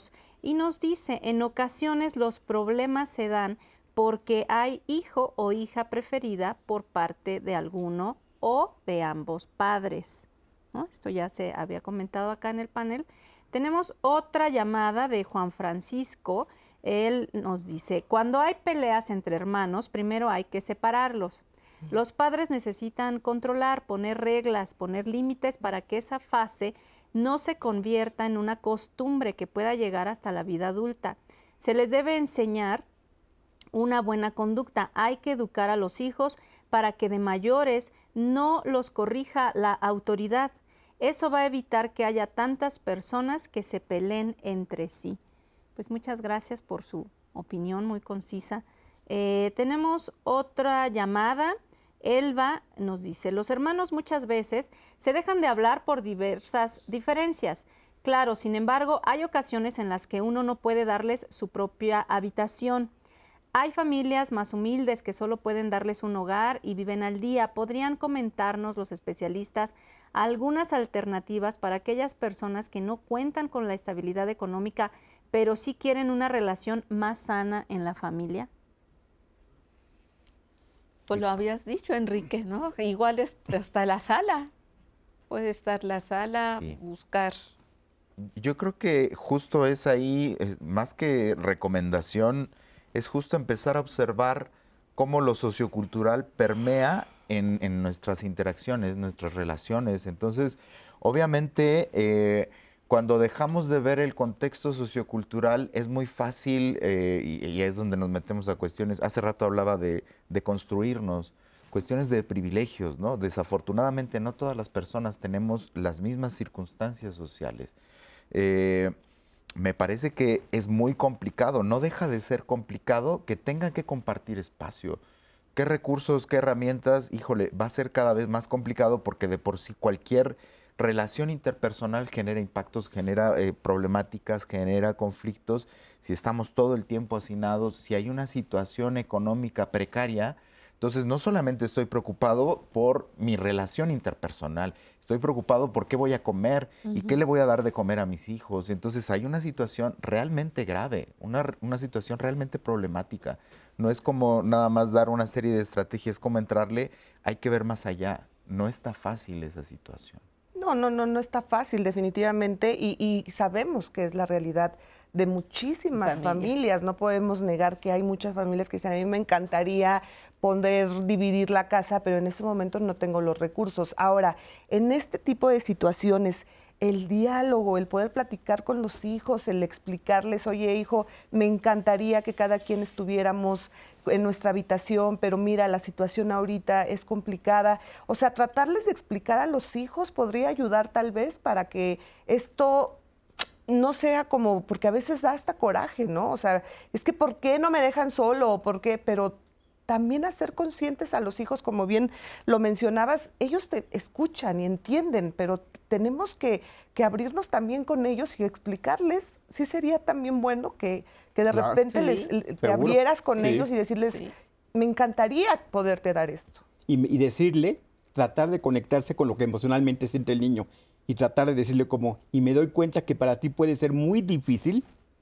y nos dice, en ocasiones los problemas se dan porque hay hijo o hija preferida por parte de alguno o de ambos padres, ¿no? Esto ya se había comentado acá en el panel. Tenemos otra llamada de Juan Francisco. Él nos dice, cuando hay peleas entre hermanos, primero hay que separarlos. Los padres necesitan controlar, poner reglas, poner límites para que esa fase no se convierta en una costumbre que pueda llegar hasta la vida adulta. Se les debe enseñar una buena conducta. Hay que educar a los hijos para que de mayores no los corrija la autoridad. Eso va a evitar que haya tantas personas que se peleen entre sí. Pues muchas gracias por su opinión muy concisa. Eh, tenemos otra llamada. Elba nos dice, los hermanos muchas veces se dejan de hablar por diversas diferencias. Claro, sin embargo, hay ocasiones en las que uno no puede darles su propia habitación. Hay familias más humildes que solo pueden darles un hogar y viven al día. ¿Podrían comentarnos los especialistas algunas alternativas para aquellas personas que no cuentan con la estabilidad económica, pero sí quieren una relación más sana en la familia? Pues lo habías dicho, Enrique, ¿no? Igual es hasta la sala. Puede estar la sala, sí. Buscar. Yo creo que justo es ahí, eh, más que recomendación, es justo empezar a observar cómo lo sociocultural permea en, en nuestras interacciones, nuestras relaciones. Entonces, obviamente, eh, cuando dejamos de ver el contexto sociocultural, es muy fácil, eh, y, y es donde nos metemos a cuestiones. Hace rato hablaba de, de construirnos, cuestiones de privilegios, ¿no? Desafortunadamente, no todas las personas tenemos las mismas circunstancias sociales. Eh, me parece que es muy complicado, no deja de ser complicado que tengan que compartir espacio. ¿Qué recursos, qué herramientas? Híjole, va a ser cada vez más complicado porque de por sí cualquier relación interpersonal genera impactos, genera eh, problemáticas, genera conflictos. Si estamos todo el tiempo hacinados, si hay una situación económica precaria, entonces no solamente estoy preocupado por mi relación interpersonal, estoy preocupado por qué voy a comer uh-huh. y qué le voy a dar de comer a mis hijos. Entonces hay una situación realmente grave, una, una situación realmente problemática. No es como nada más dar una serie de estrategias, como entrarle, hay que ver más allá. No está fácil esa situación. No, no, no, no está fácil definitivamente y, y sabemos que es la realidad de muchísimas familias. familias. No podemos negar que hay muchas familias que dicen, a mí me encantaría poder dividir la casa, pero en este momento no tengo los recursos. Ahora, en este tipo de situaciones, el diálogo, el poder platicar con los hijos, el explicarles, oye, hijo, me encantaría que cada quien estuviéramos en nuestra habitación, pero mira, la situación ahorita es complicada. O sea, tratarles de explicar a los hijos podría ayudar tal vez para que esto no sea como, porque a veces da hasta coraje, ¿no? O sea, es que ¿por qué no me dejan solo? ¿Por qué? Pero también hacer conscientes a los hijos, como bien lo mencionabas, ellos te escuchan y entienden, pero tenemos que, que abrirnos también con ellos y explicarles. Sí sería también bueno que, que de claro, repente sí, les, te abrieras con sí. ellos y decirles, sí. me encantaría poderte dar esto. Y, y decirle, tratar de conectarse con lo que emocionalmente siente el niño y tratar de decirle como, y me doy cuenta que para ti puede ser muy difícil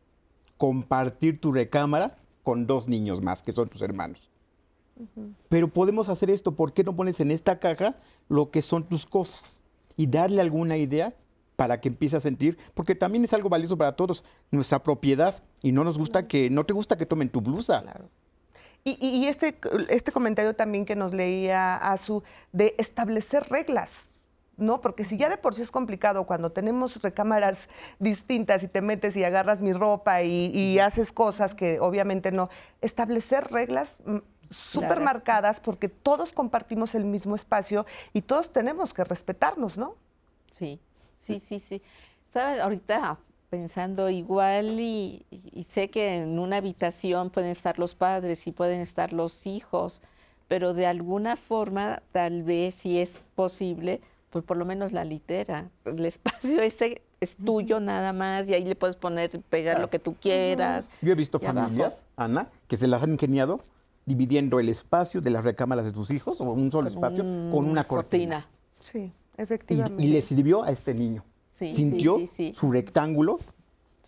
compartir tu recámara con dos niños más, que son tus hermanos. Uh-huh. Pero podemos hacer esto, ¿por qué no pones en esta caja lo que son tus cosas? Y darle alguna idea para que empiece a sentir, porque también es algo valioso para todos, nuestra propiedad, y no nos gusta claro. que, no te gusta que tomen tu blusa. Claro. Y, y este, este comentario también que nos leía Azu, de establecer reglas, ¿no? Porque si ya de por sí es complicado cuando tenemos recámaras distintas y te metes y agarras mi ropa y, y haces cosas que obviamente no, establecer reglas súper marcadas porque todos compartimos el mismo espacio y todos tenemos que respetarnos, ¿no? Sí, sí, sí, sí. Estaba ahorita pensando igual y, y sé que en una habitación pueden estar los padres y pueden estar los hijos, pero de alguna forma, tal vez, si es posible, pues por lo menos la litera, el espacio este es tuyo nada más y ahí le puedes poner, pegar claro. lo que tú quieras. Yo he visto familias, abajo. Ana, que se las han ingeniado dividiendo el espacio de las recámaras de tus hijos, o un solo con espacio, un, con una cortina. cortina. Sí, efectivamente. Y, y le sirvió a este niño. Sí, Sintió sí, sí, sí. su rectángulo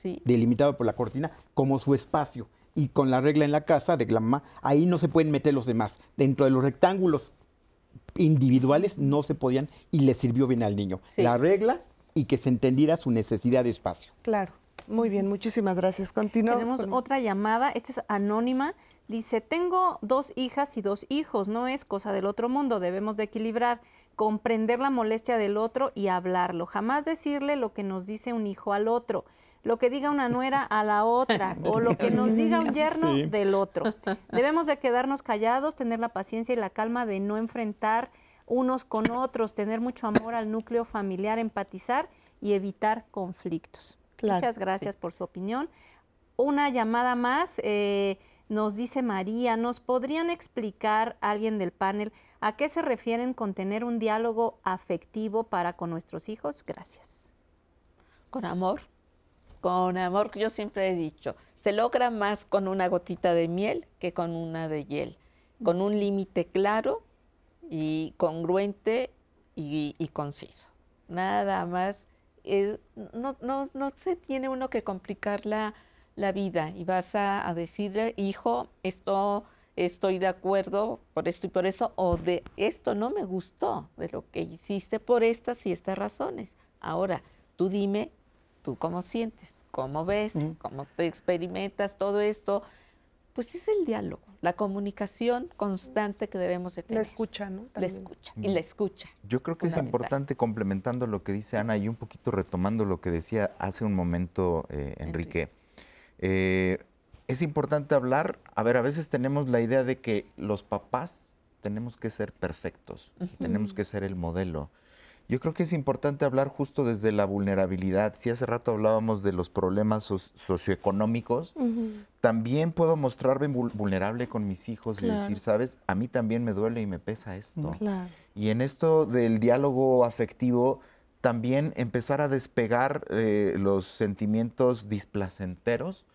Sí. delimitado por la cortina, como su espacio. Y con la regla en la casa de la mamá, ahí no se pueden meter los demás. Dentro de los rectángulos individuales no se podían y le sirvió bien al niño. Sí. La regla y que se entendiera su necesidad de espacio. Claro. Muy bien, muchísimas gracias. Continuamos. Tenemos con- otra llamada, esta es anónima. Dice, tengo dos hijas y dos hijos, no es cosa del otro mundo, debemos de equilibrar, comprender la molestia del otro y hablarlo. Jamás decirle lo que nos dice un hijo al otro, lo que diga una nuera a la otra o lo que nos diga un yerno Sí. del otro. Debemos de quedarnos callados, tener la paciencia y la calma de no enfrentar unos con otros, tener mucho amor al núcleo familiar, empatizar y evitar conflictos. Claro, Muchas gracias por su opinión. Una llamada más, eh, nos dice María, ¿nos podrían explicar alguien del panel a qué se refieren con tener un diálogo afectivo para con nuestros hijos? Gracias. Con amor, con amor, que yo siempre he dicho, se logra más con una gotita de miel que con una de hiel, con un límite claro y congruente y, y conciso. Nada más, es- no, no, no se tiene uno que complicar la, la vida y vas a, a decirle, hijo, esto estoy de acuerdo por esto y por eso, o de esto no me gustó de lo que hiciste por estas y estas razones. Ahora, tú dime, tú cómo sientes, cómo ves, Ujú. cómo te experimentas todo esto. Pues es el diálogo, la comunicación constante que debemos de La tener. escucha, ¿no? La También. escucha, y la escucha. Yo creo que es Fundamental. importante, complementando lo que dice Ana y un poquito retomando lo que decía hace un momento eh, Enrique. Eh, es importante hablar, a ver, a veces tenemos la idea de que los papás tenemos que ser perfectos, tenemos que ser el modelo. Yo creo que es importante hablar justo desde la vulnerabilidad. Si hace rato hablábamos de los problemas so- socioeconómicos, Ujú. también puedo mostrarme vul- vulnerable con mis hijos y Claro. decir, sabes, a mí también me duele y me pesa esto. Claro. Y en esto del diálogo afectivo, también empezar a despegar eh, los sentimientos displacenteros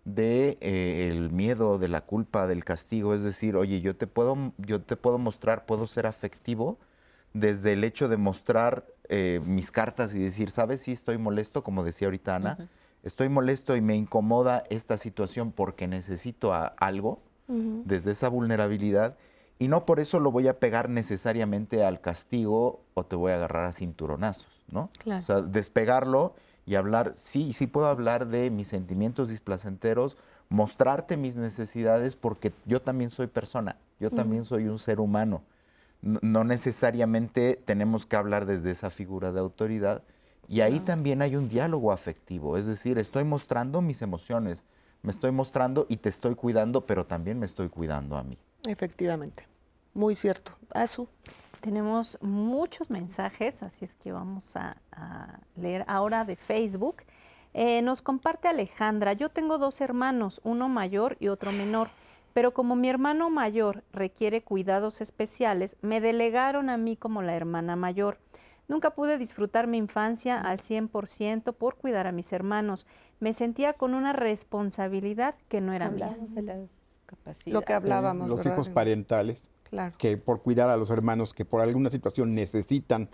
de eh, el miedo, de la culpa, del castigo. Es decir, oye, yo te puedo, yo te puedo mostrar, puedo ser afectivo desde el hecho de mostrar eh, mis cartas y decir, ¿sabes? Sí, estoy molesto, como decía ahorita Ana, Ujú. estoy molesto y me incomoda esta situación porque necesito a- algo Ujú. desde esa vulnerabilidad y no por eso lo voy a pegar necesariamente al castigo o te voy a agarrar a cinturonazos, ¿no? Claro. O sea, despegarlo y hablar, sí, sí puedo hablar de mis sentimientos displacenteros, mostrarte mis necesidades porque yo también soy persona, yo también soy un ser humano. No, no necesariamente tenemos que hablar desde esa figura de autoridad y ahí también hay un diálogo afectivo, es decir, estoy mostrando mis emociones, me estoy mostrando y te estoy cuidando, pero también me estoy cuidando a mí. Efectivamente. Muy cierto. Azu. Tenemos muchos mensajes, así es que vamos a, a leer ahora de Facebook. Eh, nos comparte Alejandra, yo tengo dos hermanos, uno mayor y otro menor, pero como mi hermano mayor requiere cuidados especiales, me delegaron a mí como la hermana mayor. Nunca pude disfrutar mi infancia al cien por ciento por cuidar a mis hermanos. Me sentía con una responsabilidad que no era mía. Hablamos de las capacidades. Lo que hablábamos, Los ¿verdad? hijos parentales, Claro. que por cuidar a los hermanos que por alguna situación necesitan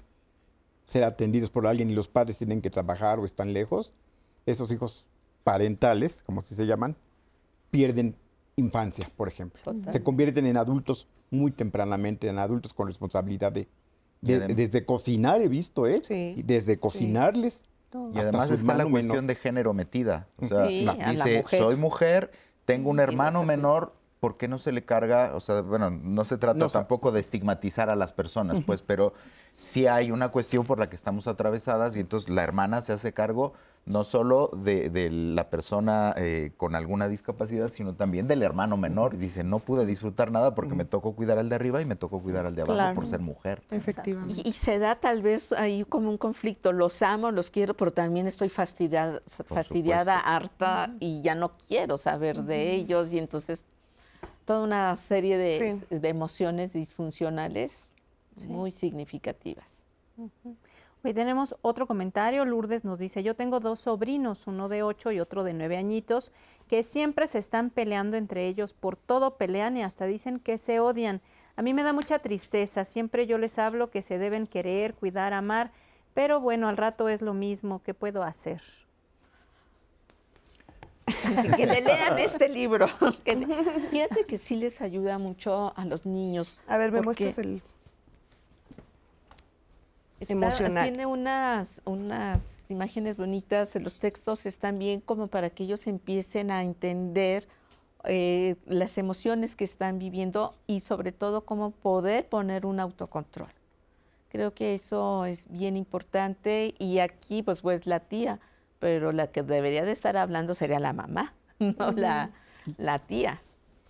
ser atendidos por alguien y los padres tienen que trabajar o están lejos, esos hijos parentales, como si se llaman, pierden infancia, por ejemplo. Total. Se convierten en adultos muy tempranamente, en adultos con responsabilidad de, Y de- adem- desde cocinar, he visto, ¿eh? Sí. Y desde cocinarles. Todo. Y hasta además su está la hermano cuestión menor. de género metida. O sea, Sí, a la dice, mujer. soy mujer, tengo un Y no hermano se puede. menor, ¿por qué no se le carga? O sea, bueno, no se trata No, o sea- tampoco de estigmatizar a las personas, pues, pero sí hay una cuestión por la que estamos atravesadas y entonces la hermana se hace cargo no solo de, de la persona eh, con alguna discapacidad, sino también del hermano menor. Y dice, no pude disfrutar nada porque me tocó cuidar al de arriba y me tocó cuidar al de abajo Claro. por ser mujer. Efectivamente. Y, y se da tal vez ahí como un conflicto, los amo, los quiero, pero también estoy fastidiada, fastidiada harta y ya no quiero saber de ellos y entonces toda una serie de, Sí. de emociones disfuncionales muy significativas. Hoy tenemos otro comentario. Lourdes nos dice, yo tengo dos sobrinos, uno de ocho y otro de nueve añitos, que siempre se están peleando entre ellos, por todo pelean y hasta dicen que se odian. A mí me da mucha tristeza, siempre yo les hablo que se deben querer, cuidar, amar, pero bueno, al rato es lo mismo, ¿qué puedo hacer? que le lean este libro. Fíjate que sí les ayuda mucho a los niños. A ver, me muestras el está, emocional. Tiene unas, unas imágenes bonitas, los textos están bien como para que ellos empiecen a entender eh, las emociones que están viviendo y sobre todo cómo poder poner un autocontrol. Creo que eso es bien importante y aquí pues pues la tía, pero la que debería de estar hablando sería la mamá, no uh-huh. la, la tía.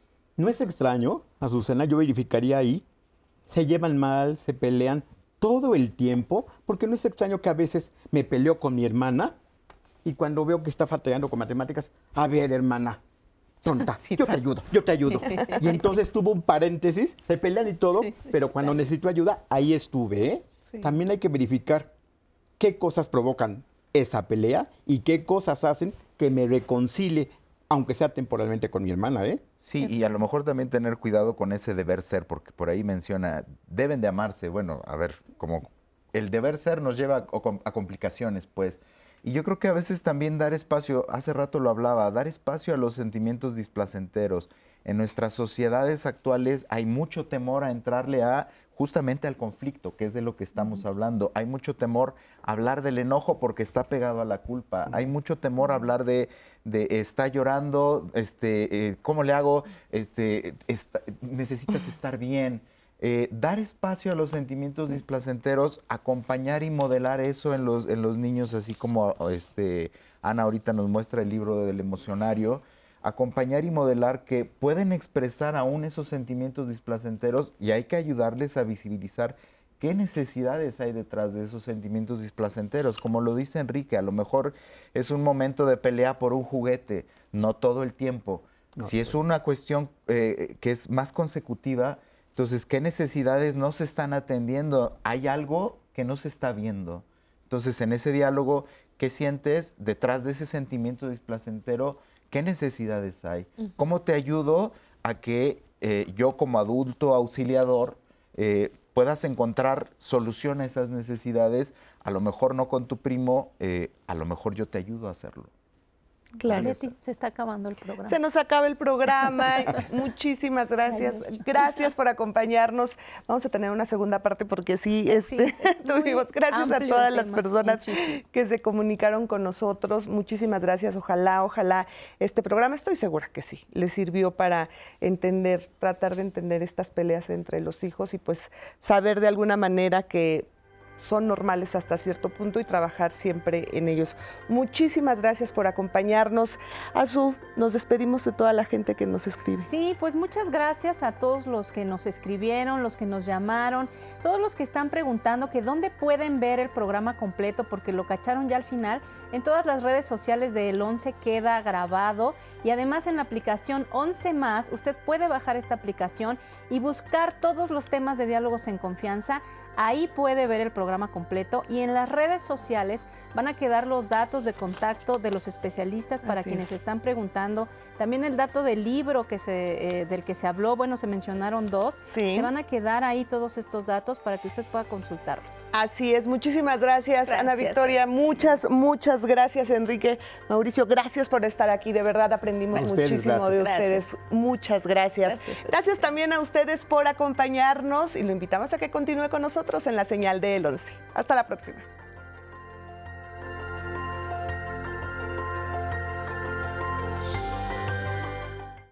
No es extraño, Azucena, yo verificaría ahí, se llevan mal, se pelean todo el tiempo, porque no es extraño que a veces me peleo con mi hermana y cuando veo que está fatiando con matemáticas, a ver, hermana, tonta, yo te ayudo, yo te ayudo. Y entonces tuvo un paréntesis, se pelean y todo, sí, pero cuando necesito ayuda, ahí estuve, ¿eh? Sí. También hay que verificar qué cosas provocan esa pelea y qué cosas hacen que me reconcilie, aunque sea temporalmente con mi hermana, ¿eh? Sí, y a lo mejor también tener cuidado con ese deber ser, porque por ahí menciona, deben de amarse. Bueno, a ver, como el deber ser nos lleva a, a complicaciones, pues. Y yo creo que a veces también dar espacio, hace rato lo hablaba, dar espacio a los sentimientos displacenteros. En nuestras sociedades actuales hay mucho temor a entrarle a justamente al conflicto, que es de lo que estamos uh-huh. hablando. Hay mucho temor a hablar del enojo porque está pegado a la culpa. Uh-huh. Hay mucho temor a hablar de, de está llorando, este, eh, ¿cómo le hago? Este, está, necesitas estar bien. Eh, dar espacio a los sentimientos displacenteros, acompañar y modelar eso en los, en los niños, así como este, Ana ahorita nos muestra el libro del emocionario, acompañar y modelar que pueden expresar aún esos sentimientos displacenteros y hay que ayudarles a visibilizar qué necesidades hay detrás de esos sentimientos displacenteros. Como lo dice Enrique, a lo mejor es un momento de pelea por un juguete, no todo el tiempo. No, si es una cuestión eh, que es más consecutiva, entonces, ¿qué necesidades no se están atendiendo? Hay algo que no se está viendo. Entonces, en ese diálogo, ¿qué sientes detrás de ese sentimiento displacentero? ¿Qué necesidades hay? Uh-huh. ¿Cómo te ayudo a que eh, yo como adulto auxiliador eh, puedas encontrar solución a esas necesidades? A lo mejor no con tu primo, eh, a lo mejor yo te ayudo a hacerlo. Claro. Leti, se está acabando el programa. Se nos acaba el programa. Muchísimas gracias. Gracias por acompañarnos. Vamos a tener una segunda parte porque sí, este, sí tuvimos. Gracias a todas las personas Muchísimo. que se comunicaron con nosotros. Muchísimas gracias. Ojalá, ojalá este programa, estoy segura que sí, les sirvió para entender, tratar de entender estas peleas entre los hijos y pues saber de alguna manera que son normales hasta cierto punto y trabajar siempre en ellos. Muchísimas gracias por acompañarnos. Azu, nos despedimos de toda la gente que nos escribe. Sí, pues muchas gracias a todos los que nos escribieron, los que nos llamaron, todos los que están preguntando que dónde pueden ver el programa completo, porque lo cacharon ya al final. En todas las redes sociales de El once queda grabado y además en la aplicación once más, usted puede bajar esta aplicación y buscar todos los temas de Diálogos en Confianza. Ahí puede ver el programa completo y en las redes sociales van a quedar los datos de contacto de los especialistas para Así quienes es. están preguntando. También el dato del libro que se, eh, del que se habló, bueno, se mencionaron dos. Sí. Se van a quedar ahí todos estos datos para que usted pueda consultarlos. Así es. Muchísimas gracias, gracias. Ana Victoria. Muchas, muchas gracias, Enrique. Mauricio, gracias por estar aquí. De verdad aprendimos ustedes, muchísimo gracias. de ustedes. Gracias. Muchas gracias. gracias. Gracias también a ustedes por acompañarnos y lo invitamos a que continúe con nosotros en la señal de El once. Hasta la próxima.